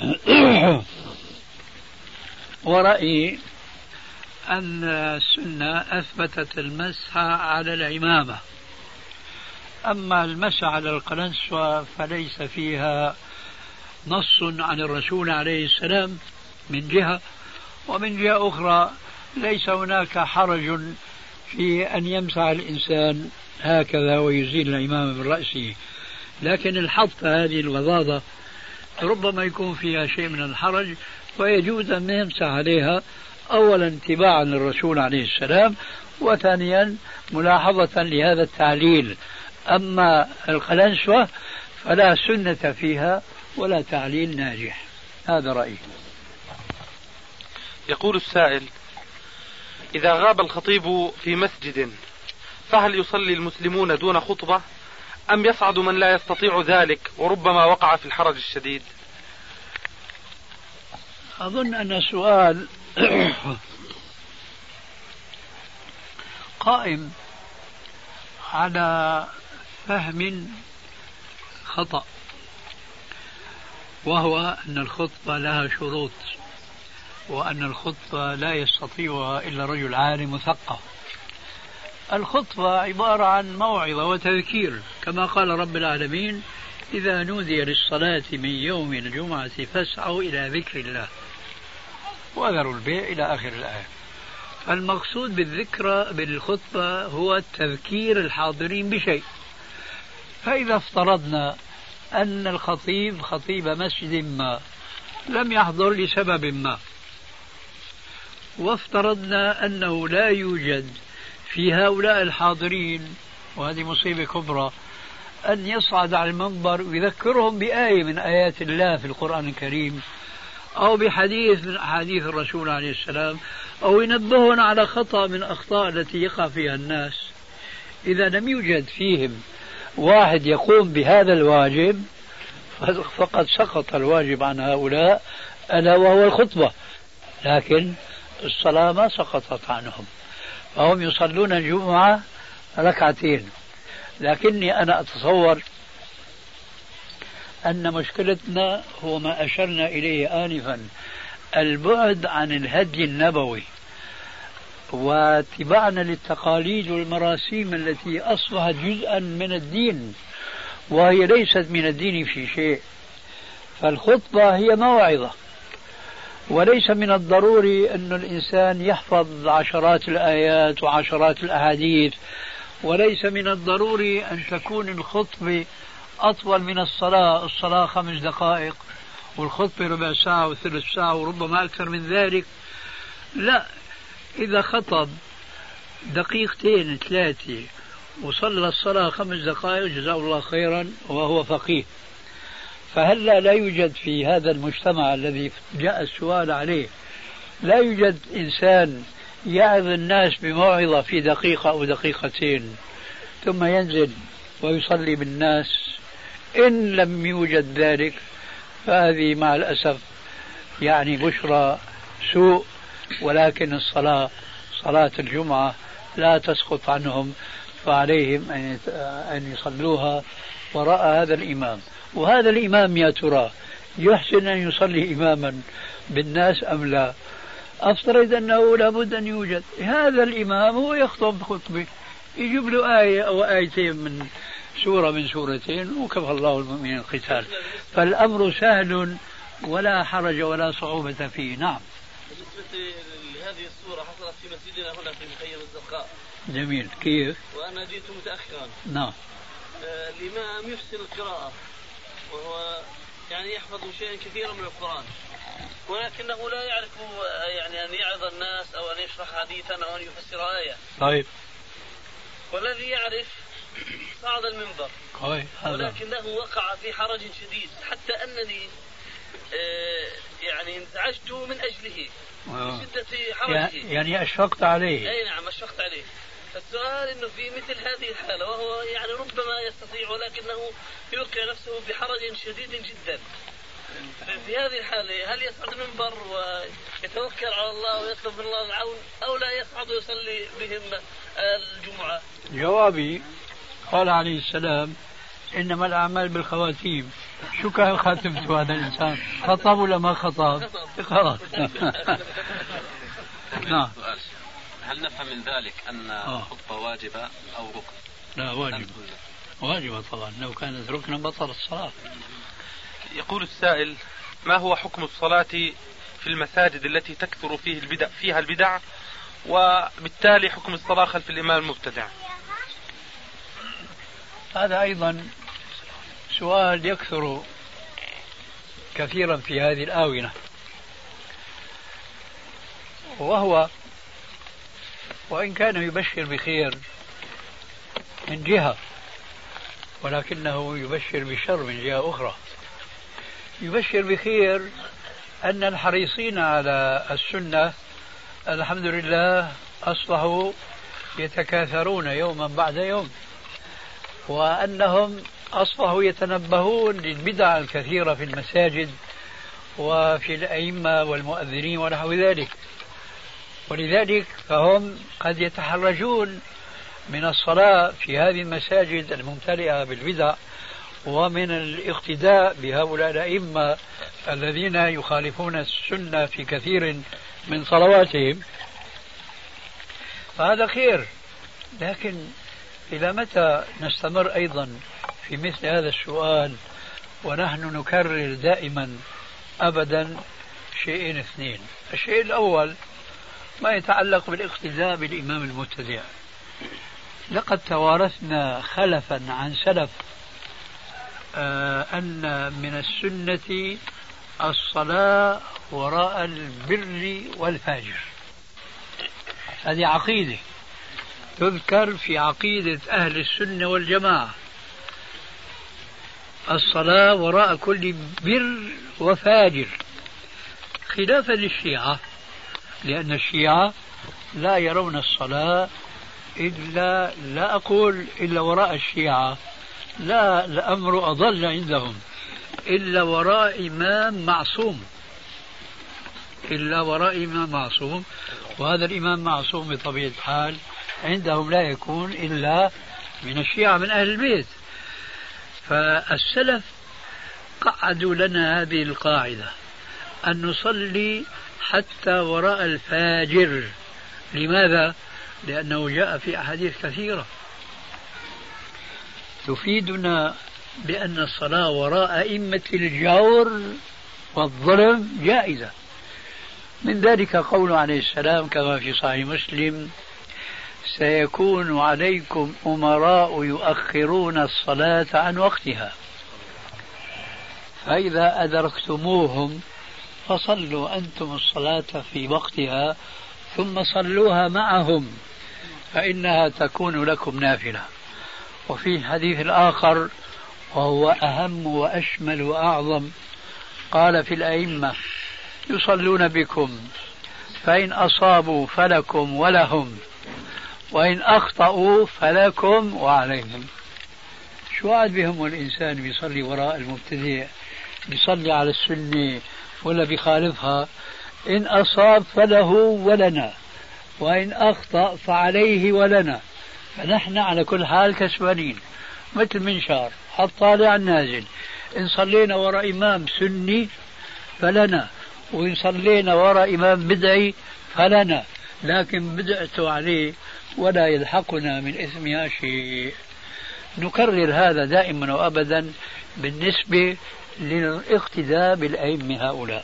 ورأيي أن السنة أثبتت المسح على العمامة، أما المسح على القلنسوة فليس فيها نص عن الرسول عليه السلام من جهة، ومن جهة أخرى ليس هناك حرج في أن يمسح الإنسان هكذا ويزيل العمامة من رأسه، لكن الحط هذه الوضاضة ربما يكون فيها شيء من الحرج، ويجوز أن يمسح عليها أولا اتباعا للرسول عليه السلام، وثانيا ملاحظة لهذا التعليل. أما القلنسوة فلا سنة فيها ولا تعليل ناجح. هذا رأيي. يقول السائل: إذا غاب الخطيب في مسجد فهل يصلي المسلمون دون خطبة أم يصعد من لا يستطيع ذلك وربما وقع في الحرج الشديد؟ أظن أن السؤال قائم على فهم خطأ، وهو أن الخطبة لها شروط، وأن الخطبة لا يستطيعها إلا رجل عالم مثقف. الخطبة عبارة عن موعظة وتذكير، كما قال رب العالمين: إذا نودي للصلاة من يوم الجمعة فاسعوا إلى ذكر الله وذروا البيع إلى آخر الآية. المقصود بالذكرى بالخطبة هو تذكير الحاضرين بشيء. فإذا افترضنا أن الخطيب خطيب مسجد ما لم يحضر لسبب ما، وافترضنا أنه لا يوجد في هؤلاء الحاضرين، وهذه مصيبة كبرى، أن يصعد على المنبر ويذكرهم بآية من آيات الله في القرآن الكريم أو بحديث من أحاديث الرسول عليه السلام، أو ينبهون على خطأ من أخطاء التي يقع فيها الناس. إذا لم يوجد فيهم واحد يقوم بهذا الواجب فقد سقط الواجب عن هؤلاء، ألا وهو الخطبة، لكن الصلاة ما سقطت عنهم، فهم يصلون الجمعة ركعتين. لكني أنا أتصور أن مشكلتنا هو ما أشرنا إليه آنفا، البعد عن الهدي النبوي واتباعنا للتقاليد والمراسيم التي أصبحت جزءا من الدين وهي ليست من الدين في شيء. فالخطبة هي موعظة، وليس من الضروري أن الإنسان يحفظ عشرات الآيات وعشرات الأحاديث، وليس من الضروري أن تكون الخطبة أطول من الصلاة. الصلاة خمس دقائق والخطبة ربع ساعة وثلث ساعة وربما أكثر من ذلك. لا، إذا خطب دقيقتين ثلاثة وصلى الصلاة خمس دقائق جزاه الله خيرا وهو فقيه. فهلا لا يوجد في هذا المجتمع الذي جاء السؤال عليه، لا يوجد إنسان يعظ الناس بموعظة في دقيقة أو دقيقتين ثم ينزل ويصلي بالناس؟ إن لم يوجد ذلك فهذه مع الأسف يعني بشرى سوء، ولكن الصلاة صلاة الجمعة لا تسقط عنهم، فعليهم أن يصلوها وراء هذا الإمام. وهذا الإمام يا ترى يحسن أن يصلي إماما بالناس أم لا؟ أفترض أنه لابد أن يوجد هذا الإمام هو يخطب خطبة، يجيب له آية أو آيتين من سورة من سورتين وكفى الله المؤمنين القتال. فالأمر سهل ولا حرج ولا صعوبة فيه. نعم. بالنسبة لهذه الصورة حصلت في مسجدنا هنا في مخيم الزرقاء. جميل. كيف؟ وأنا جئت متأخرا. نعم. آه الإمام يحسن القراءة وهو يعني يحفظ شيئا كثيرا من القرآن، ولكنه لا يعرف يعني أن يعظ الناس أو أن يشرح حديثا أو أن يفسر آية. طيب. والذي يعرف صعد المنبر. طيب. ولكنه وقع في حرج شديد حتى أنني آه يعني انزعجت من أجله بشدة حرجه. يعني أشفقت عليه. أي نعم أشفقت عليه. فالسؤال أنه في مثل هذه الحالة وهو يعني ربما يستطيع ولكنه يوقع نفسه بحرج شديد جدا، في هذه الحالة هل يصعد المنبر ويتوكل على الله ويطلب من الله العون أو لا يصعد ويصلي بهم الجمعة؟ جوابي قال عليه السلام إنما الأعمال بالخواتيم. شو كان خاتمته هذا الإنسان؟ خطب ولا ما خطب؟ خلاص. نعم. هل نفهم من ذلك أن الخطبة واجبة أو ركن؟ لا واجبة. واجبة طبعا، لو كانت ركنا بطل الصلاة. يقول السائل: ما هو حكم الصلاة في المساجد التي تكثر فيه البدع فيها البدع، وبالتالي حكم الصلاة خلف الإمام المبتدع؟ هذا أيضا سؤال يكثر كثيرا في هذه الآونة، وهو وإن كان يبشر بخير من جهة ولكنه يبشر بشر من جهة أخرى. يبشر بخير أن الحريصين على السنة الحمد لله أصبحوا يتكاثرون يوما بعد يوم، وأنهم أصبحوا يتنبهون للبدع الكثيرة في المساجد وفي الأئمة والمؤذنين ونحو ذلك، ولذلك فهم قد يتحرجون من الصلاة في هذه المساجد الممتلئة بالبدع ومن الاقتداء بهؤلاء الأئمة الذين يخالفون السنة في كثير من صلواتهم. فهذا خير، لكن إلى متى نستمر أيضا في مثل هذا السؤال ونحن نكرر دائما أبدا شيئين اثنين؟ الشيء الأول ما يتعلق بالاقتداء بالإمام المبتدع. لقد توارثنا خلفا عن سلف آه أن من السنة الصلاة وراء البر والفاجر. هذه عقيدة تذكر في عقيدة أهل السنة والجماعة، الصلاة وراء كل بر وفاجر، خلافا للشيعة، لأن الشيعة لا يرون الصلاة إلا لا أقول إلا وراء الشيعة، لا، الأمر أضل عندهم، إلا وراء إمام معصوم، إلا وراء إمام معصوم، وهذا الإمام معصوم بطبيعة الحال عندهم لا يكون إلا من الشيعة من أهل البيت. فالسلف قعدوا لنا هذه القاعدة أن نصلي حتى وراء الفاجر. لماذا؟ لأنه جاء في أحاديث كثيرة تفيدنا بأن الصلاة وراء أئمة الجور والظلم جائزة. من ذلك قول عليه السلام كما في صحيح مسلم: سيكون عليكم أمراء يؤخرون الصلاة عن وقتها، فإذا أدركتموهم فصلوا أنتم الصلاة في وقتها ثم صلوها معهم فإنها تكون لكم نافلة. وفي الحديث الآخر وهو أهم وأشمل وأعظم قال في الأئمة: يصلون بكم فإن أصابوا فلكم ولهم، وإن أخطأوا فلكم وعليهم. شو عاد بهم الإنسان بيصلي وراء المبتدع، بيصلي على السنة ولا بيخالفها؟ إن أصاب فله ولنا، وإن أخطأ فعليه ولنا، فنحن على كل حال كسبانين مثل منشار الطالع النازل. إن صلينا وراء إمام سني فلنا، وإن صلينا وراء إمام بدعي فلنا، لكن بدعته عليه ولا يلحقنا من إثمها شيء. نكرر هذا دائما وأبدا بالنسبة للاقتداء بالأئمة هؤلاء.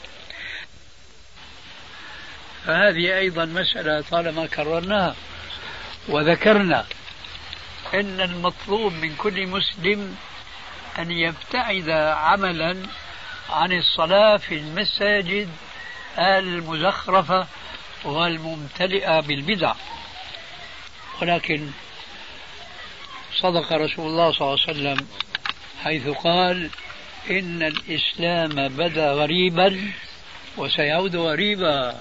فهذه أيضا مسألة طالما كررناها وذكرنا أن المطلوب من كل مسلم أن يبتعد عملا عن الصلاة في المساجد المزخرفة والممتلئة بالبدع. ولكن صدق رسول الله صلى الله عليه وسلم حيث قال إن الإسلام بدأ غريبا وسيعود غريبا.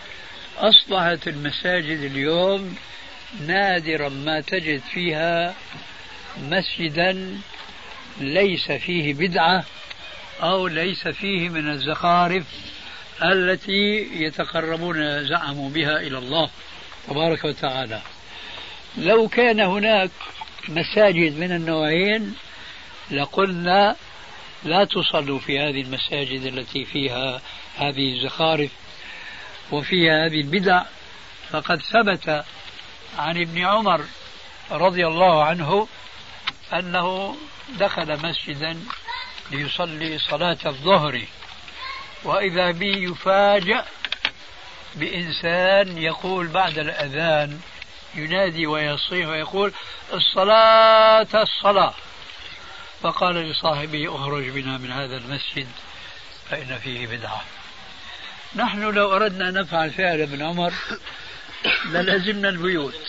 أصبحت المساجد اليوم نادرا ما تجد فيها مسجدا ليس فيه بدعة أو ليس فيه من الزخارف التي يتقربون زعموا بها إلى الله تبارك وتعالى. لو كان هناك مساجد من النوعين لقلنا لا تصلوا في هذه المساجد التي فيها هذه الزخارف وفيها هذه البدع. فقد ثبت عن ابن عمر رضي الله عنه أنه دخل مسجدا ليصلي صلاة الظهر وإذا به يفاجأ بإنسان يقول بعد الأذان ينادي ويصيح ويقول الصلاة الصلاة. فقال لصاحبه اخرج بنا من هذا المسجد فإن فيه بدعة. نحن لو أردنا نفعل فعل ابن عمر للزمنا البيوت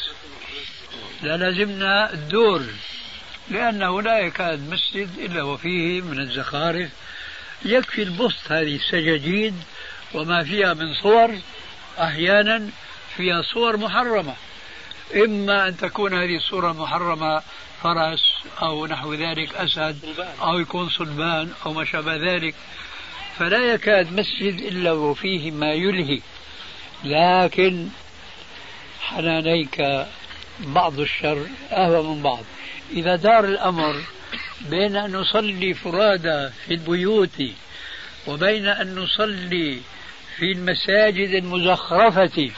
للزمنا الدور، لأنه لا يكاد مسجد إلا وفيه من الزخارف. يكفي البسط هذه السجاجيد وما فيها من صور، أحيانا فيها صور محرمة، إما أن تكون هذه الصورة المحرمة فرس أو نحو ذلك أسد أو يكون صلبان أو ما شابه ذلك. فلا يكاد مسجد إلا وفيه ما يلهي. لكن حنانيك بعض الشر أهوى من بعض. إذا دار الأمر بين أن نصلي فرادى في البيوت وبين أن نصلي في المساجد المزخرفة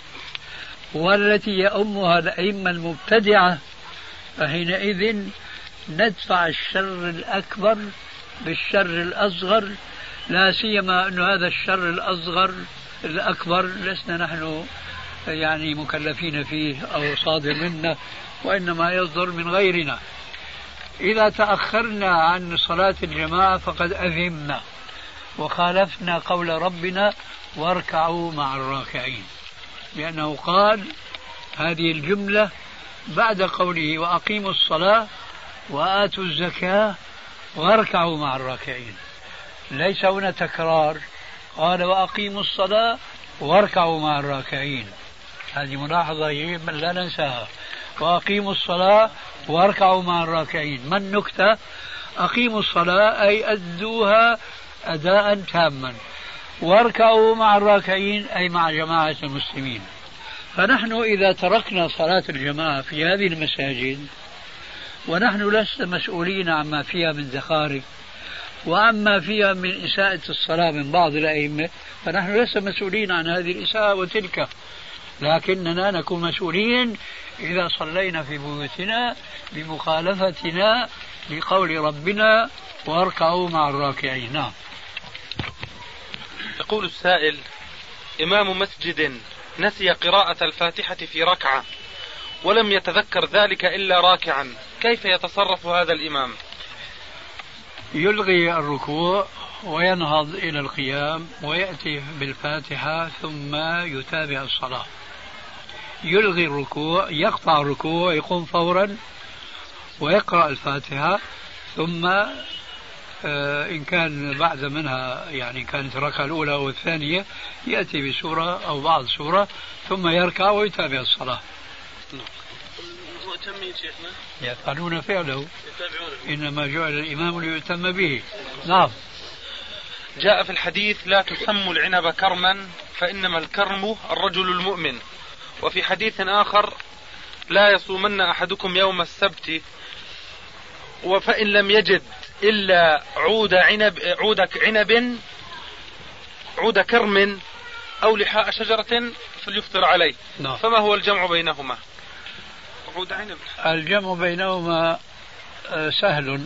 والتي يؤمها الأئمة المبتدعة، فحينئذ ندفع الشر الأكبر بالشر الأصغر، لا سيما أن هذا الشر الأصغر الأكبر لسنا نحن يعني مكلفين فيه أو صادر منا، وإنما يصدر من غيرنا. إذا تأخرنا عن صلاة الجماعة فقد أثمنا وخالفنا قول ربنا واركعوا مع الراكعين، لأنه قال هذه الجملة بعد قوله وأقيموا الصلاة وآتوا الزكاة واركعوا مع الراكعين. ليس هنا تكرار، قال وأقيموا الصلاة واركعوا مع الراكعين. هذه ملاحظة يجب لا ننساها. وأقيموا الصلاة واركعوا مع الراكعين. ما النكتة؟ أقيموا الصلاة أي أدوها أداء تاما، واركعوا مع الراكعين أي مع جماعة المسلمين. فنحن إذا تركنا صلاة الجماعة في هذه المساجد ونحن لسنا مسؤولين عما فيها من زخارف وعما فيها من إساءة الصلاة من بعض الأئمة، فنحن لسنا مسؤولين عن هذه الإساءة وتلك، لكننا نكون مسؤولين إذا صلينا في بيوتنا بمخالفتنا لقول ربنا واركعوا مع الراكعين. نعم. يقول السائل: إمام مسجد نسي قراءة الفاتحة في ركعة ولم يتذكر ذلك إلا راكعا، كيف يتصرف هذا الإمام؟ يلغي الركوع وينهض إلى القيام ويأتي بالفاتحة ثم يتابع الصلاة. يلغي الركوع، يقطع الركوع، يقوم فورا ويقرأ الفاتحة، ثم إن كان بعد منها يعني كانت الركعة الأولى أو الثانية يأتي بسورة أو بعض سورة ثم يركع ويتابع الصلاة. المؤتمين شيخنا يفعلون فعله، إنما جعل الإمام ليؤتم به. نعم. جاء في الحديث: لا تسموا العنب كرما فإنما الكرم الرجل المؤمن. وفي حديث آخر: لا يصومن أحدكم يوم السبت وفإن لم يجد إلا عود عنب عود عنب عود كرم أو لحاء شجرة فليفطر عليه. نعم. فما هو الجمع بينهما؟ عود عنب. الجمع بينهما سهل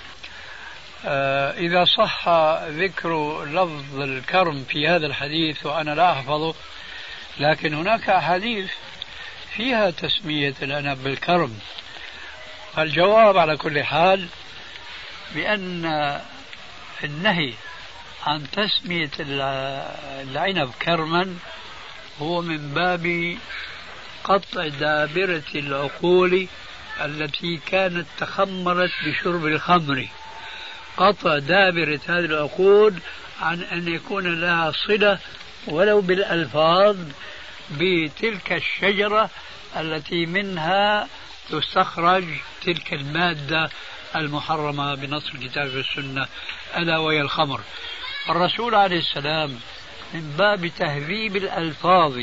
إذا صح ذكر لفظ الكرم في هذا الحديث، وأنا لا أحفظه، لكن هناك أحاديث فيها تسمية العنب بالكرم. فالجواب على كل حال بأن النهي عن تسمية العنب كرما هو من باب قطع دابرة العقول التي كانت تخمرت بشرب الخمر، قطع دابرة هذه العقول عن أن يكون لها صلة ولو بالألفاظ بتلك الشجرة التي منها تستخرج تلك المادة المحرمة بنص الكتاب والسنة ألا وهي الخمر. الرسول عليه السلام من باب تهذيب الألفاظ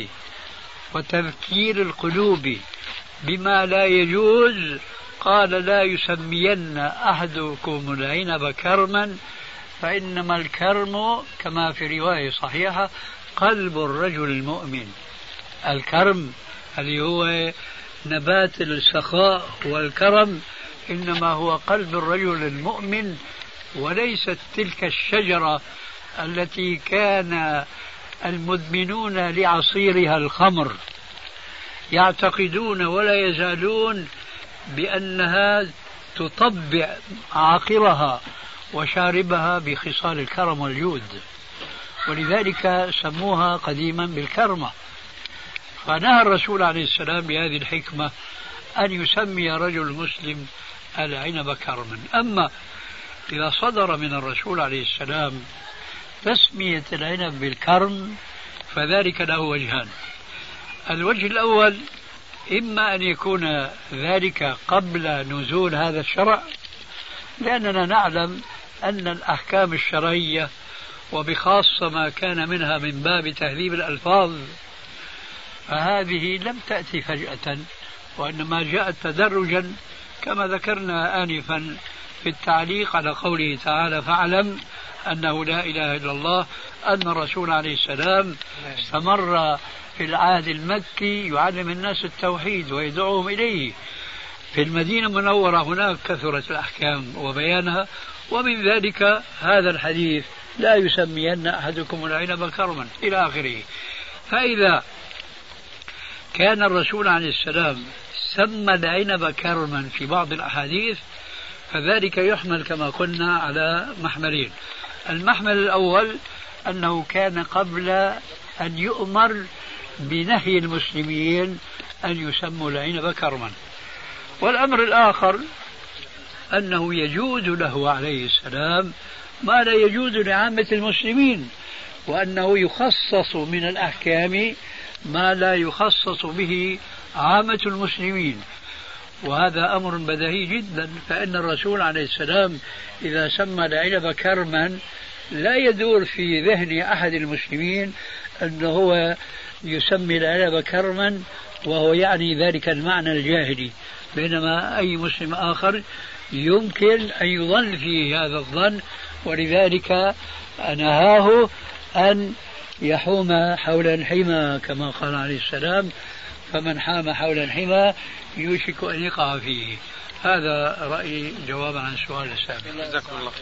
وتذكير القلوب بما لا يجوز قال لا يسمين أحدكم العنب كرما فإنما الكرم كما في رواية صحيحة قلب الرجل المؤمن. الكرم اللي هو نبات السخاء والكرم إنما هو قلب الرجل المؤمن، وليست تلك الشجرة التي كان المدمنون لعصيرها الخمر يعتقدون ولا يزالون بأنها تطبع عاقرها وشاربها بخصال الكرم والجود، ولذلك سموها قديما بالكرمة. فنهى الرسول عليه السلام بهذه الحكمة أن يسمي رجل مسلم العنب كرما. أما إذا صدر من الرسول عليه السلام تسمية العنب بالكرم فذلك له وجهان. الوجه الأول إما أن يكون ذلك قبل نزول هذا الشرع، لأننا نعلم أن الأحكام الشرعية وبخاصة ما كان منها من باب تهذيب الألفاظ فهذه لم تأتي فجأة، وإنما جاءت تدرجا كما ذكرنا آنفا في التعليق على قوله تعالى فاعلم أنه لا إله إلا الله، أن الرسول عليه السلام استمر في العهد المكي يعلم الناس التوحيد ويدعوهم إليه. في المدينة المنورة هناك كثرت الأحكام وبيانها، ومن ذلك هذا الحديث لا يسمين أحدكم العنب كرما إلى آخره. فإذا كان الرسول عليه السلام سمى العنب كرما في بعض الأحاديث فذلك يحمل كما قلنا على محملين. المحمل الأول أنه كان قبل أن يؤمر بنهي المسلمين أن يسموا العنب كرما، والأمر الآخر أنه يجوز له عليه السلام ما لا يجوز لعامة المسلمين، وأنه يخصص من الأحكام ما لا يخصص به عامة المسلمين، وهذا أمر بديهي جدا. فإن الرسول عليه السلام إذا سمى العنب كرما لا يدور في ذهن أحد المسلمين أنه هو يسمي العنب كرما وهو يعني ذلك المعنى الجاهلي، بينما أي مسلم آخر يمكن أن يظن فيه هذا الظن، ولذلك نهاه أن يحوم حول الحمى كما قال عليه السلام فمن حام حول الحمى يوشك أن يقع فيه. هذا رأيي جوابا عن السؤال السابق. جزاكم الله.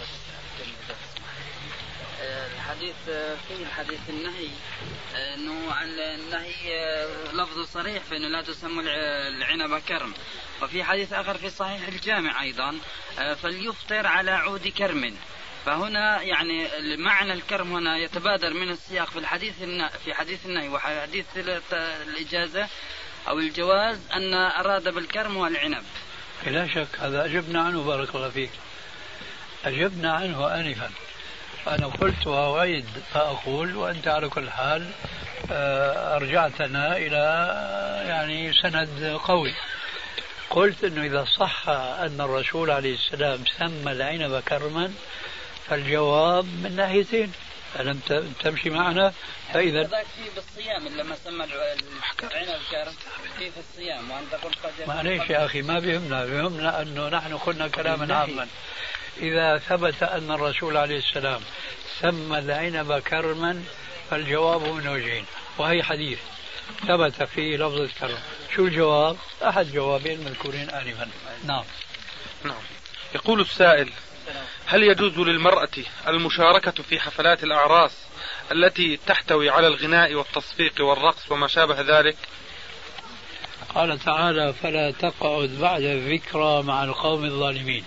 الحديث فيه الحديث النهي انه عن النهي لفظ صريح فانه لا تسمى العنب كرم، وفي حديث اخر في صحيح الجامع ايضا فليفطر على عود كرم. فهنا يعني معنى الكرم هنا يتبادر من السياق في الحديث في حديث النهي وحديث الإجازة أو الجواز أن أراد بالكرم والعنب. لا شك هذا أجبنا عنه بارك الله فيك، أجبنا عنه آنفا. أنا قلت وأعيد فأقول وأنت على كل حال أرجعتنا إلى يعني سند قوي. قلت أنه إذا صح أن الرسول عليه السلام سمى العنب كرما فالجواب من ناحيتين، ألم تمشي معنا؟ فإذا ذاك في بالصيام لما سمى العنب كرم في في الصيام وأنت قلت معليش يا أخي ما بيهمنا، بيهمنا أنه نحن قلنا كلاما عاما. إذا ثبت أن الرسول عليه السلام سمى العنب كرما فالجواب من وجهين، وهي حديث ثبت فيه لفظ الكرم. شو الجواب؟ أحد جوابين المذكورين آنفا. نعم. نعم. يقول السائل: هل يجوز للمرأة المشاركة في حفلات الأعراس التي تحتوي على الغناء والتصفيق والرقص وما شابه ذلك؟ قال تعالى: فلا تقعد بعد الذكرى مع القوم الظالمين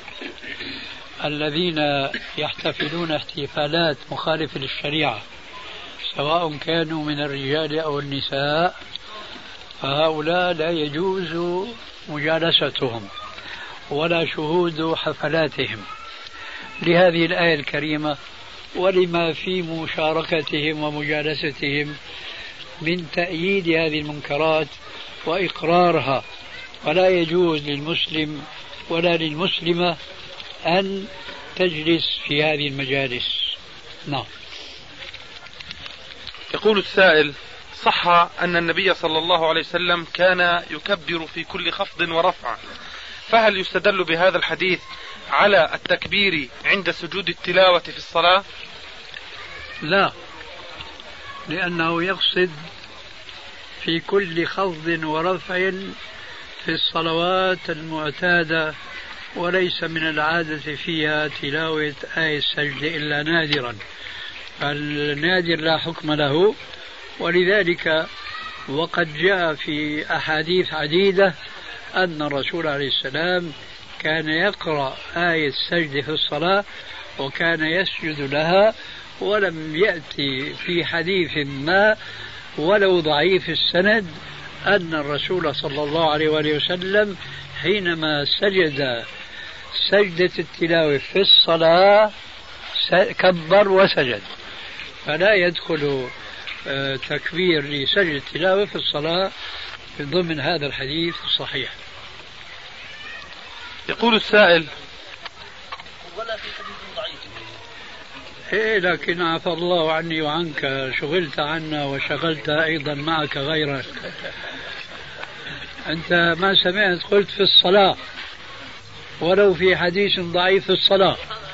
الذين يحتفلون احتفالات مخالفة للشريعة سواء كانوا من الرجال أو النساء، فهؤلاء لا يجوز مجالستهم ولا شهود حفلاتهم لهذه الآية الكريمة ولما في مشاركتهم ومجالستهم من تأييد هذه المنكرات وإقرارها. ولا يجوز للمسلم ولا للمسلمة أن تجلس في هذه المجالس. نعم. يقول السائل: صح أن النبي صلى الله عليه وسلم كان يكبر في كل خفض ورفع، فهل يستدل بهذا الحديث على التكبير عند سجود التلاوة في الصلاة؟ لا، لأنه يقصد في كل خفض ورفع في الصلوات المعتادة، وليس من العادة فيها تلاوة آية السجد إلا نادرا، فالنادر لا حكم له. ولذلك وقد جاء في أحاديث عديدة أن الرسول عليه السلام كان يقرأ آية السجد في الصلاة وكان يسجد لها، ولم يأتي في حديث ما ولو ضعيف السند أن الرسول صلى الله عليه وآله وسلم حينما سجد سجدة التلاوة في الصلاة كبر وسجد، فلا يدخل تكبير لسجد التلاوة في الصلاة من ضمن هذا الحديث الصحيح. يقول السائل: ولا في حديث ضعيف. إيه، لكن عفى الله عني وعنك، شغلت عنا وشغلت أيضا معك غيرك. أنت ما سمعت قلت في الصلاة ولو في حديث ضعيف في الصلاة.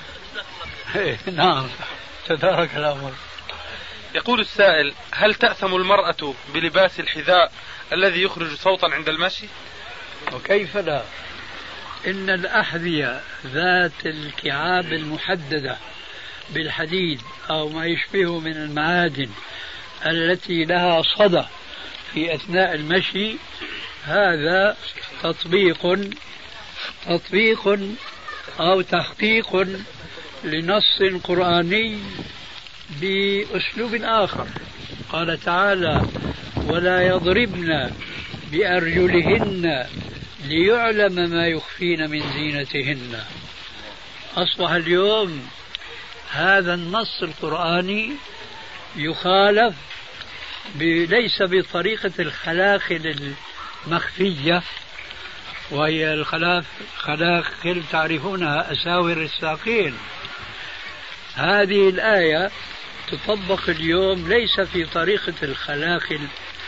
نعم، تدارك الأمر. يقول السائل: هل تأثم المرأة بلباس الحذاء الذي يخرج صوتا عند المشي؟ وكيف لا؟ إن الأحذية ذات الكعاب المحددة بالحديد أو ما يشبهه من المعادن التي لها صدى في أثناء المشي، هذا تطبيق تطبيق أو تحقيق لنص قرآني بأسلوب آخر. قال تعالى: ولا يضربن بأرجلهن ليعلم ما يخفين من زينتهن. أصبح اليوم هذا النص القرآني يخالف ليس بطريقة الخلاخل المخفية، وهي الخلاخل تعرفونها أساور الساقين. هذه الآية تطبق اليوم ليس في طريقة الخلاخل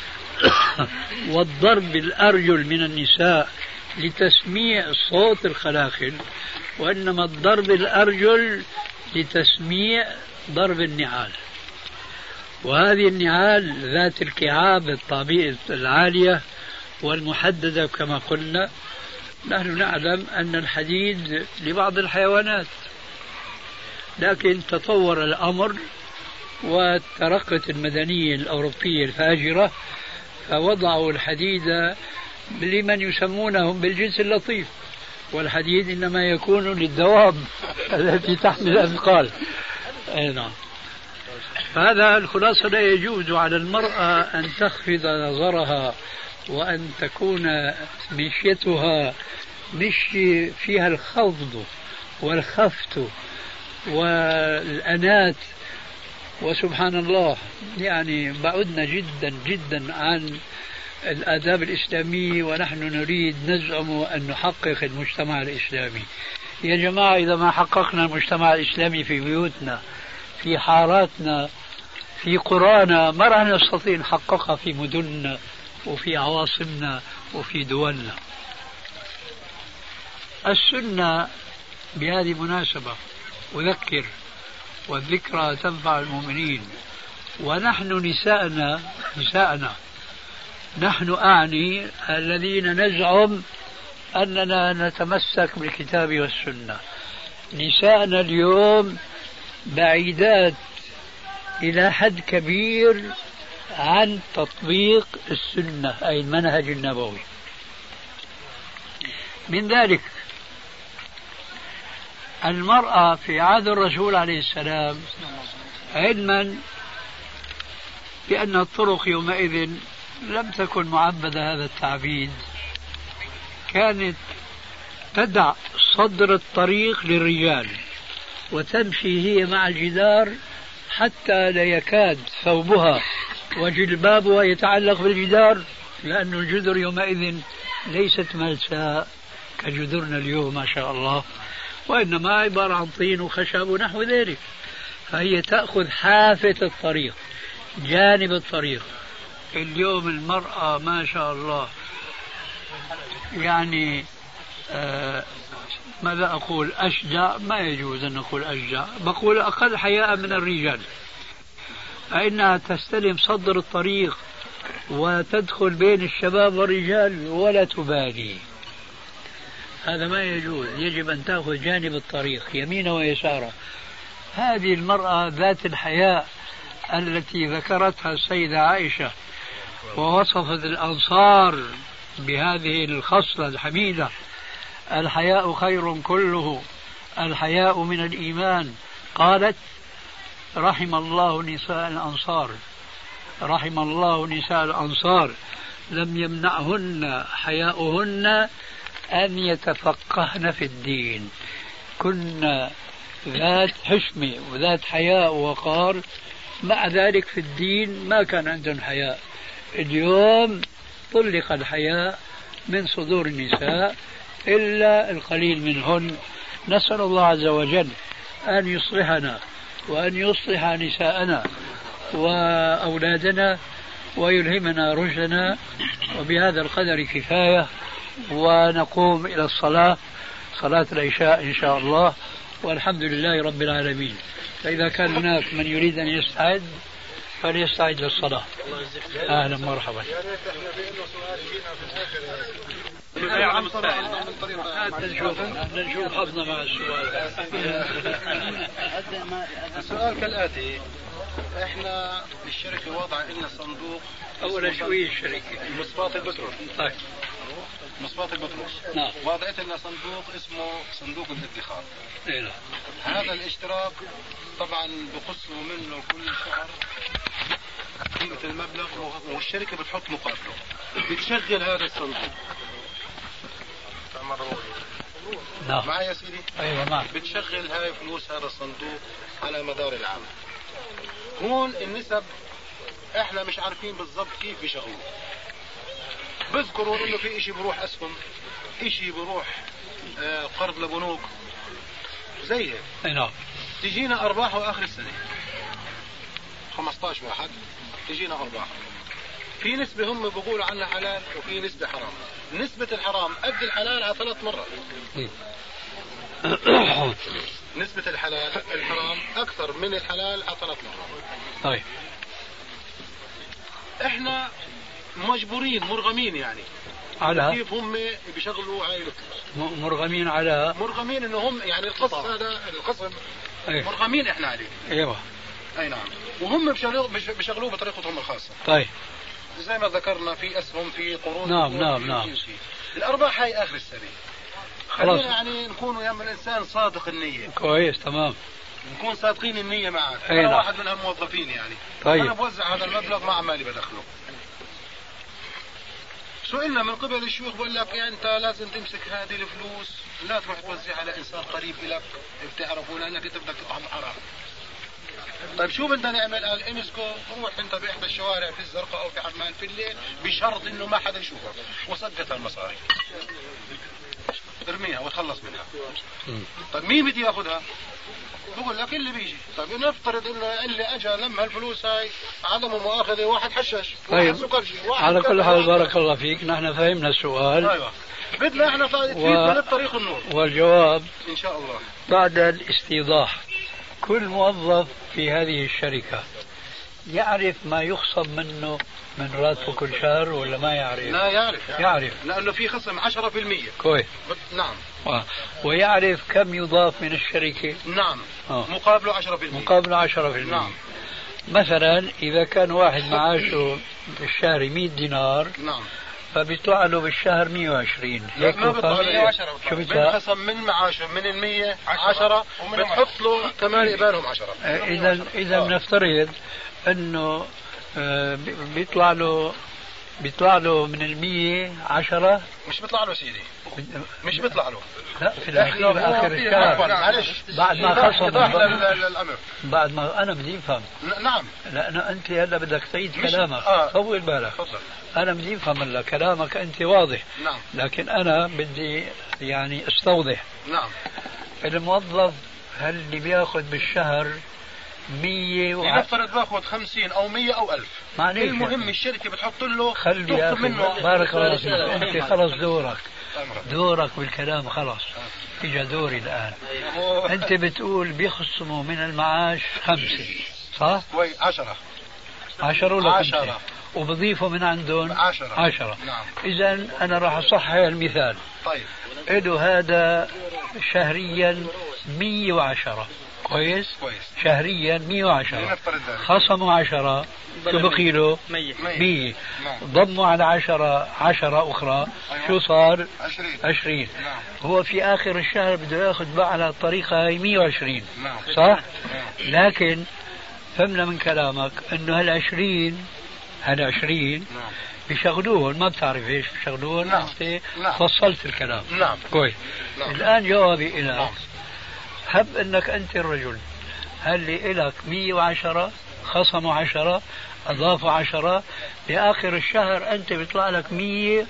والضرب الأرجل من النساء لتسميع صوت الخلاخل، وإنما الضرب الأرجل لتسميع ضرب النعال. وهذه النعال ذات الكعاب الطابئة العالية والمحددة كما قلنا. نحن نعلم أن الحديد لبعض الحيوانات، لكن تطور الأمر وترقت المدنية الأوروبية الفاجرة فوضعوا الحديد لمن يسمونهم بالجنس اللطيف، والحديد إنما يكون للدواب التي تحمل الأثقال. أي نعم. فهذا الخلاصة: لا يجوز على المرأة أن تخفض نظرها وأن تكون مشيتها مشي فيها الخفض والخفت والأنات. وسبحان الله، يعني بعدنا جدا جدا عن الآداب الإسلامية، ونحن نريد نزعم أن نحقق المجتمع الإسلامي. يا جماعة، إذا ما حققنا المجتمع الإسلامي في بيوتنا، في حاراتنا، في قرانا، ما راح نستطيع نحققها في مدننا وفي عواصمنا وفي دولنا. السنة بهذه المناسبة أذكر، والذكرى تنفع المؤمنين. ونحن نساءنا نساءنا نحن أعني الذين نزعم أننا نتمسك بالكتاب والسنة. نساءنا اليوم بعيدات إلى حد كبير عن تطبيق السنة أي المنهج النبوي. من ذلك المرأة في عهد الرسول عليه السلام، علما بأن الطرق يومئذ لم تكن معبدة هذا التعبيد، كانت تدع صدر الطريق للرجال وتمشي هي مع الجدار حتى لا يكاد ثوبها وجلبابها يتعلق بالجدار، لأن الجدر يومئذ ليست ملساء كجدرنا اليوم ما شاء الله، وإنما عبارة عن طين وخشب ونحو ذلك. فهي تأخذ حافة الطريق، جانب الطريق. اليوم المرأة ما شاء الله يعني آه ماذا أقول، أشجع، ما يجوز أن نقول أشجع، بقول أقل حياء من الرجال، فإنها تستلم صدر الطريق وتدخل بين الشباب والرجال ولا تبالي. هذا ما يجوز، يجب أن تأخذ جانب الطريق يمينه ويساره. هذه المرأة ذات الحياء التي ذكرتها السيدة عائشة ووصفت الأنصار بهذه الخصلة الحميدة: الحياء خير كله، الحياء من الإيمان. قالت: رحم الله نساء الأنصار، رحم الله نساء الأنصار لم يمنعهن حياؤهن أن يتفقهن في الدين، كن ذات حشمة وذات حياء ووقار، مع ذلك في الدين ما كان عندهم حياء. اليوم طلق الحياء من صدور النساء إلا القليل منهن. نسأل الله عز وجل أن يصلحنا وأن يصلح نساءنا وأولادنا ويلهمنا رشدنا. وبهذا القدر كفاية، ونقوم إلى الصلاة، صلاة العشاء إن شاء الله، والحمد لله رب العالمين. فإذا كان هناك من يريد أن يستعد فليستعد للصلاة. أهلا مرحبا. نشوف حظنا مع السؤال. السؤال كالآتي: احنا الشركة وضع لنا صندوق. أولا شوية الشركة مصفاة البترول. طيب. مصفاة البترول. نعم. وضعت لنا صندوق اسمه صندوق الادخار. إيه. هذا الاشتراك طبعا بقسموا منه كل شهر قيمة المبلغ، والشركة بتحط مقابله، بتشغل هذا الصندوق. نعم. معي يا سيدي؟ أيوة معي. بتشغل هاي فلوس هذا الصندوق على مدار العام. هون النسب احنا مش عارفين بالضبط كيف بيشغلوه. بذكروا انه في اشي بروح اسهم، اشي بروح آه قرض لبنوك زي هيك. نعم. تجينا ارباح اخر السنة خمسة عشر واحد تجينا ارباح. في نسبة هم بيقولوا عنها حلال وفي نسبة حرام. نسبة الحرام قد الحلال على ثلاث مرات. نسبة الحلال الحرام أكثر من الحلال على ثلاث مرات. طيب. إحنا مجبورين مرغمين يعني على كيف هم بيشغلوا هاي مرغمين على مرغمين إنه هم يعني القسم هذا القسم أيه. مرغمين إحنا عليه. أيوة. أي نعم. وهم بيشغلوه بيشغلوه بطريقتهم الخاصة. طيب. زي ما ذكرنا في أسهم في قروض. نعم نعم نعم. الأرباح هاي آخر السنة. خلاص. يعني نكون يا الإنسان صادق النية. كويس تمام. نكون صادقين النية معك. أنا نعم. واحد من الموظفين يعني. طيب. أنا بوزع هذا المبلغ مع مالي بدخله. سئلنا من قبل الشيوخ بقول لك يعني أنت لازم تمسك هذه الفلوس لا تروح توزعها على إنسان قريب لك بتعرفه لأنك أنت بدك تطعم حرام. طيب شو بدنا نعمل؟ قال امسكو روح انت باحدى الشوارع في الزرقاء او في عمان في الليل بشرط انه ما حدا يشوفك وسقط المصاري. ارميها وتخلص منها. طيب مين بدي ياخذها؟ بقول لك اللي بيجي. طيب نفترض انه اللي اجى لم هالفلوس هاي عدم مؤاخذه واحد حشش. طيب على كل حال بارك الله فيك، نحن فهمنا السؤال. ايوه. بدنا احنا في و... طريق النور. والجواب ان شاء الله بعد الاستيضاح. كل موظف في هذه الشركة يعرف ما يخصم منه من راتبه كل شهر ولا ما يعرف؟ لا يعرف يعرف, يعرف. لأنه في خصم عشرة بالمئة. كويس. نعم. و... ويعرف كم يضاف من الشركة. نعم. آه. مقابله عشرة بالمئة. مقابله عشرة بالمئة. نعم. مثلا إذا كان واحد معاشه بالشهر مئة دينار. نعم. فبيطلع له بالشهر مئة وعشرين. هيك ما بيطلع له مئة وعشرة. شو بينخصم من معاشه من المية عشرة بتحط له كمان يبالهم عشرة. إذا إذا بنفترض إنه بيطلع له بيطلع له من المية عشرة. مش بيطلع له سيدي. مش بيطلع له. لا في الأخير بآخر الشهر. بعد ما خصم. الأمر. بعد ما أنا بدي أفهم. نعم. لأنه أنت هلا بدك تعيد كلامك. آه. طول بالك. فضل. أنا بدي أفهم هلا كلامك أنت واضح. نعم. لكن أنا بدي يعني استوضح. نعم. الموظف هل اللي بياخذ بالشهر مية و... يفترض باخذ خمسين او مية او ألف. المهم الشركة بتحط له خلي يا أخي بارك الله فيك. أنت خلص دورك دورك بالكلام خلص. اجى دوري الآن. أنت بتقول بيخصموا من المعاش خمسة صح؟ كويس. عشرة عشرة ولا عشرة خمسة؟ وبضيفوا من عندهم عشرة. عشرة. نعم. إذا أنا راح أصحح المثال. طيب. إله هذا شهريا مية وعشرة. كويس؟ كويس. شهريا مية وعشرة. خصموا عشرة شو بقي له؟ مية. ضموا على عشرة عشرة أخرى. أيوة. شو صار؟ عشرين. عشرين. نعم. هو في آخر الشهر بده ياخذ بقى على الطريقة هاي مية وعشرين. نعم. صح؟ نعم. لكن فهمنا من كلامك إنه هالعشرين هالعشرين نعم. بيشغلوهم. ما بتعرف ايش بيشغلوهم. نعم. انت نعم. فصلت الكلام. نعم. كويس. نعم. الآن جوابي إلى نعم. هب انك انت الرجل هل لك مية وعشرة خصموا عشرة اضافوا عشرة باخر الشهر انت بيطلع لك مية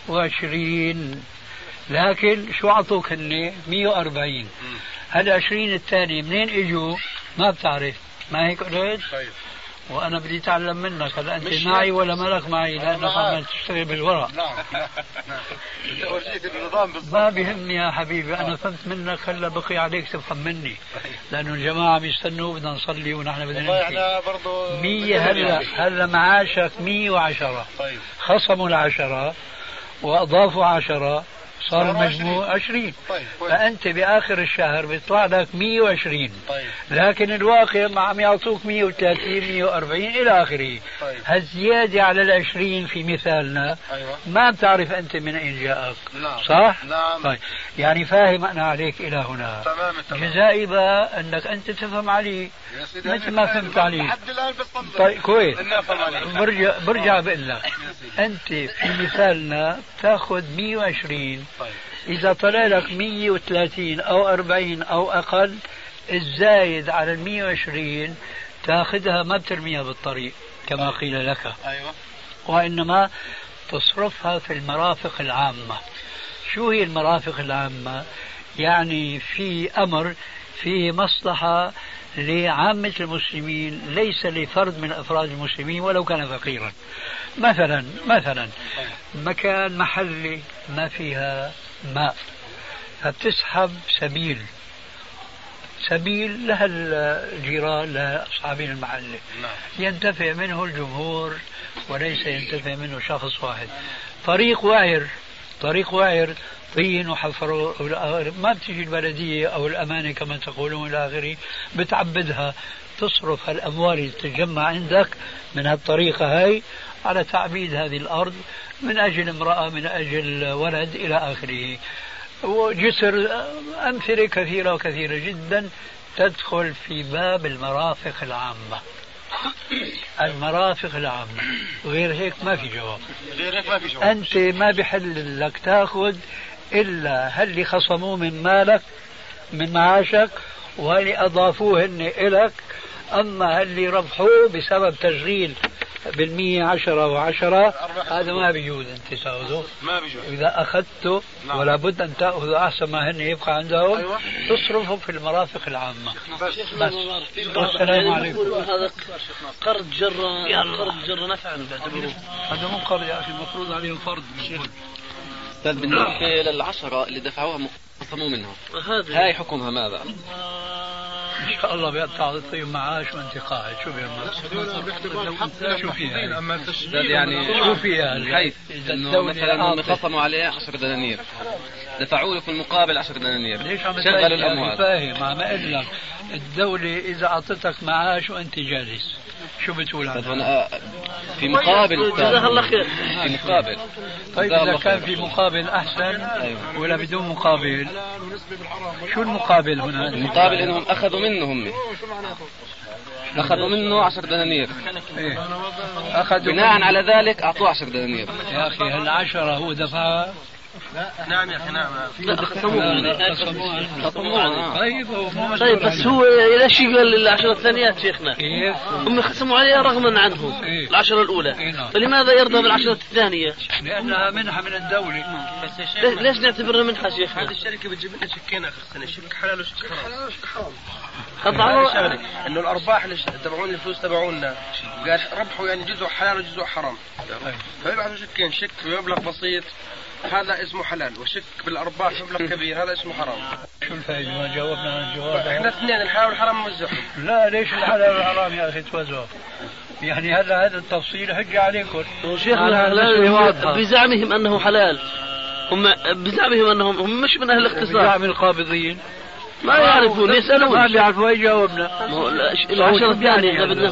وعشرين. لكن شو اعطوك هن مية وأربعين. هل عشرين الثاني منين اجوا ما بتعرف. ما هيك قلت؟ طيب. وانا بدي اتعلم منك. هلا انت معي ولا مالك معي لانك عمال تشتغل بالورق. نعم. ما بيهمني يا حبيبي. انا فهمت منك. هلا بقي عليك تفهم مني لانه الجماعه بيستنوا بدنا نصلي ونحن بدنا نمشي. مية هلا هلا معاشك مية وعشرة. طيب. خصموا العشرة واضافوا عشرة صار المجموع عشرين. طيب. فأنت بآخر الشهر بيطلع لك مية وعشرين. طيب. لكن الواقع ما عم يعطوك مية وثلاثين مية وأربعين إلى آخره. طيب. هالزيادة على العشرين في مثالنا. أيوة. ما بتعرف أنت من أين جاءك. نعم. صح؟ نعم. طيب. يعني فاهم أنا عليك إلى هنا. تمام. تمام. جزائي بقى أنك أنت تفهم علي مثل ما فهمت علي. طيب كويس. برجع برجع بقول لك أنت في مثالنا تأخذ مية وعشرين. طيب. إذا طلع لك مية وثلاثين أو أربعين أو أقل الزايد على المية وعشرين تأخذها ما بترميها بالطريق كما قيل لك. أيوة. وإنما تصرفها في المرافق العامة. شو هي المرافق العامة؟ يعني في أمر فيه مصلحة لعامة المسلمين ليس لفرد من أفراد المسلمين ولو كان فقيرا. مثلا مثلا مكان محلي ما فيها ماء فبتسحب سبيل سبيل لها الجيران لها أصحابين المحلة. ينتفع منه الجمهور وليس ينتفع منه شخص واحد. طريق وعر طريق وعر طين وحفر ما بتيجي البلدية أو الأمانة كما تقولون إلى آخره بتعبدها. تصرف الأموال اللي تتجمع عندك من هالطريقة هاي على تعبيد هذه الأرض من أجل امرأة من أجل ولد إلى آخره. وجسر أمثلة كثيرة وكثيرة جدا تدخل في باب المرافق العامة. المرافق العامة غير هيك ما في جواب. غير هيك ما في جواب. أنت ما بحل لك تأخذ إلا هل خصموه من مالك من معاشك وهل أضافوه هن إلك. أما هل ربحوه بسبب تشغيل بالمية عشرة وعشرة هذا ما بيجوز أنت تأخذه. ما بيجوز. إذا أخذته نعم. ولا بد أن تأخذ أحسن ما هن يبقى عندهم. أيوة. تصرفه في المرافق العامة. بس. بس. والسلام عليكم. هذا قرض جر قرض جر نفعا بعتبره. هذا مو قرض يا أخي المفروض عليهم فرض. بالنسبة للعشرة اللي دفعوها خصموا منها هاي حكمها ماذا؟ ان شاء الله بيعطي معاش وانت قاعد. شو شو فيها اما يعني شو فيها حيث انه مثلا هم خصموا عليه عشر دنانير دفعوا له في المقابل عشر دنانير. ليش عم شغل الاموال؟ فاهم عم اقول لك الدولة اذا اعطتك معاش وانت جالس شو بتقول عنها؟ في مقابل جزاه الله خير. في مقابل. طيب اذا كان في مقابل احسن ولا بدون مقابل؟ شو المقابل هنا؟ المقابل انهم اخذوا منه هم اخذوا منه عشر دنانير. إيه؟ اخذوا بناء على ذلك اعطوه عشر دنانير. يا اخي هالعشرة هو دفعها؟ نعم يا اخي نعم. خصموه. طيب طيب بس هو ليش قال العشرة الثانيات شيخنا؟ كيف؟ هم خصموا عليه رغما عنه. إيه؟ العشرة الأولى. إيه؟ فلماذا يرضى بالعشرة الثانية؟ لأنها منحة من الدولة. ليش, ليش نعتبرها منحة شيخنا؟ هذه الشركة بتجيب لنا شكين آخر السنة، شك حلال وشك حرام. قطعوا شغلة إنه الأرباح اللي تبعون الفلوس تبعونا قال ربحوا يعني جزء حلال وجزء حرام. فيبعثوا شكين، شك بمبلغ بسيط هذا اسمه حلال، وشك بالأرباح مبلغ كبير هذا اسمه حرام. شو الفائدة؟ ما جاوبنا عن الجواب. احنا اثنين الحلال والحرام موزعهم. لا ليش الحلال والحرام يا أخي توزعوا؟ يعني هذا هذا التفصيل حجة عليكم. شيخنا بزعمهم أنه حلال، هم بزعمهم أنهم هم مش من أهل الاختصاص. بزعم القابضين ما يعرفون يسألون. ما بيعرفوا ايش جاوبنا. العشرة الثانية احنا بدنا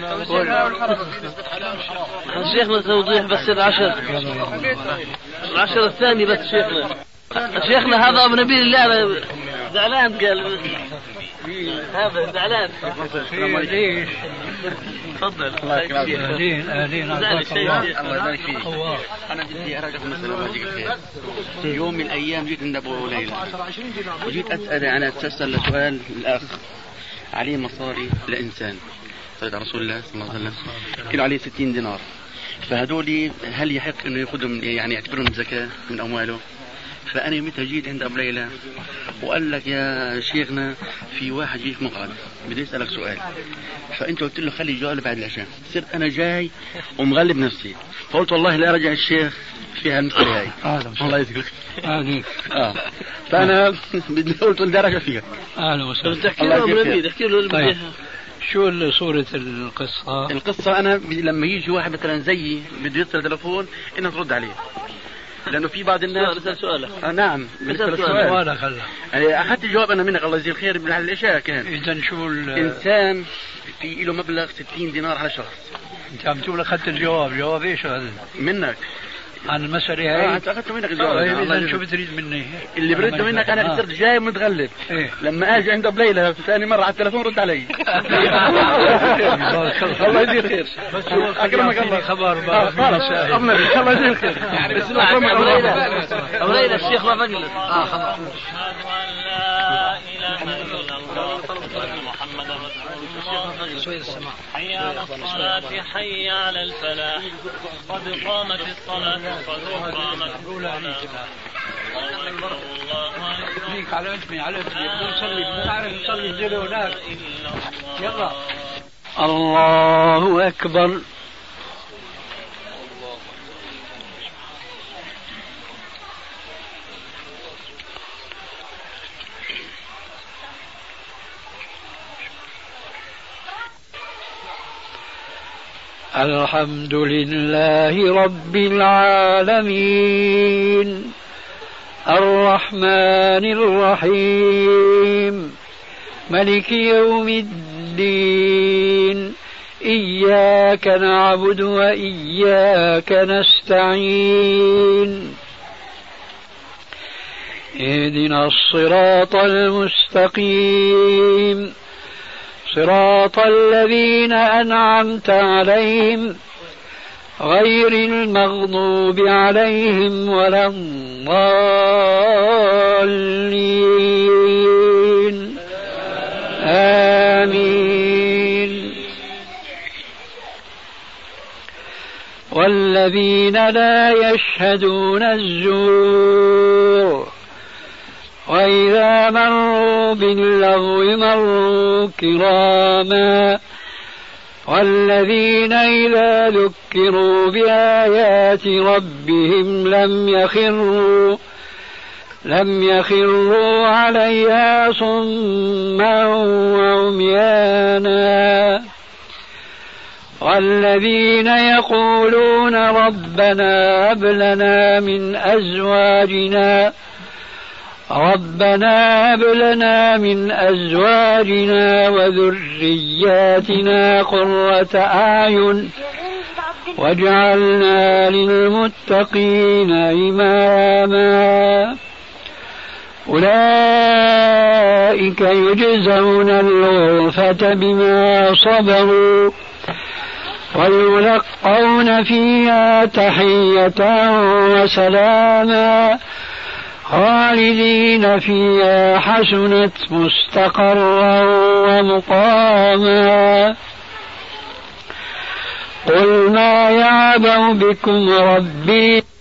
شيخنا توضيح بس العشرة العشرة الثانية بس شيخنا. شيخنا هذا ابو نبيل الله زعلان قال هذا زعلان. ليش؟ تفضل. اهلين اهلين الله يبارك فيك. انا بدي اراجع مسألة ما جيت خير. يوم من الايام جيت عند ابو ليلى وجيت اسال انا اتساءل لسؤال الاخ عليه مصاري لانسان صلى رسول الله صلى الله عليه وسلم كيلو عليه ستين دينار، فهدولي هل يحق انه ياخذهم يعني يعتبرهم زكاة من امواله؟ فأنا متى جيت عند أبو ليلى وقال لك يا شيخنا في واحد جيت مقعد بدي أسألك سؤال، فأنت قلت له خلي الجواب بعد العشاء. صرت أنا جاي ومغلب نفسي فقلت والله لا أرجع الشيخ فيها المسألة هاي. الله يذكرك. آه فأنا بدي قلت بدي أرجع فيها. أهلا وسهلا. تحكي له أبو نبيل تحكي له. طيب شو صورة القصة؟ القصة أنا لما يجي واحد مثلا زيي بده يتصل تلفون إنه ترد عليه، لأنه في بعض الناس اسأل سؤالك. آه نعم اسأل سؤالك هلا يعني أخذت الجواب أنا منك الله يجزيه الخير من العشاء كان. إذا شو إنسان في له مبلغ ستين دينار على شخص. أنت عم تقول أخذت الجواب، جواب إيش هذا؟ منك عن المسألة هاي. آه أنت أخذت منك الجواب. طيب إذا شو بتريد مني؟ اللي بريده منك أنا كنت جاي متغلب. إيه؟ لما أجي عند أبو ليلى ثاني مرة على التلفون رد علي. الله يجزيه خير. بس أكرمك الله. خبر الله يجزيه خير. أبو ليلى الشيخ رافق لك. آه خلاص. حي على الصلاة حي على الفلاح قد قامت الصلاة قد قامت الصلاة. ليك على اسمي على اسمي بدون صلي بنعرف نصلي الجلو هناك. يلا الله أكبر. الحمد لله رب العالمين الرحمن الرحيم ملك يوم الدين إياك نعبد وإياك نستعين اهدنا الصراط المستقيم صراط الذين أنعمت عليهم غير المغضوب عليهم ولا الضالين آمين. والذين لا يشهدون الزور وإذا مروا باللغو مروا كراما والذين إذا ذكروا بآيات ربهم لم يخروا لم يخروا عليها صما وعميانا. والذين يقولون ربنا هب لنا من أزواجنا ربنا هب لنا من أزواجنا وذرياتنا قرة أعين واجعلنا للمتقين إماما. أولئك يجزون الغرفة بما صبروا ويلقون فيها تحية وسلاما خالدين فيها حسنت مستقرا ومقاما. قل ما يعبأ بكم ربي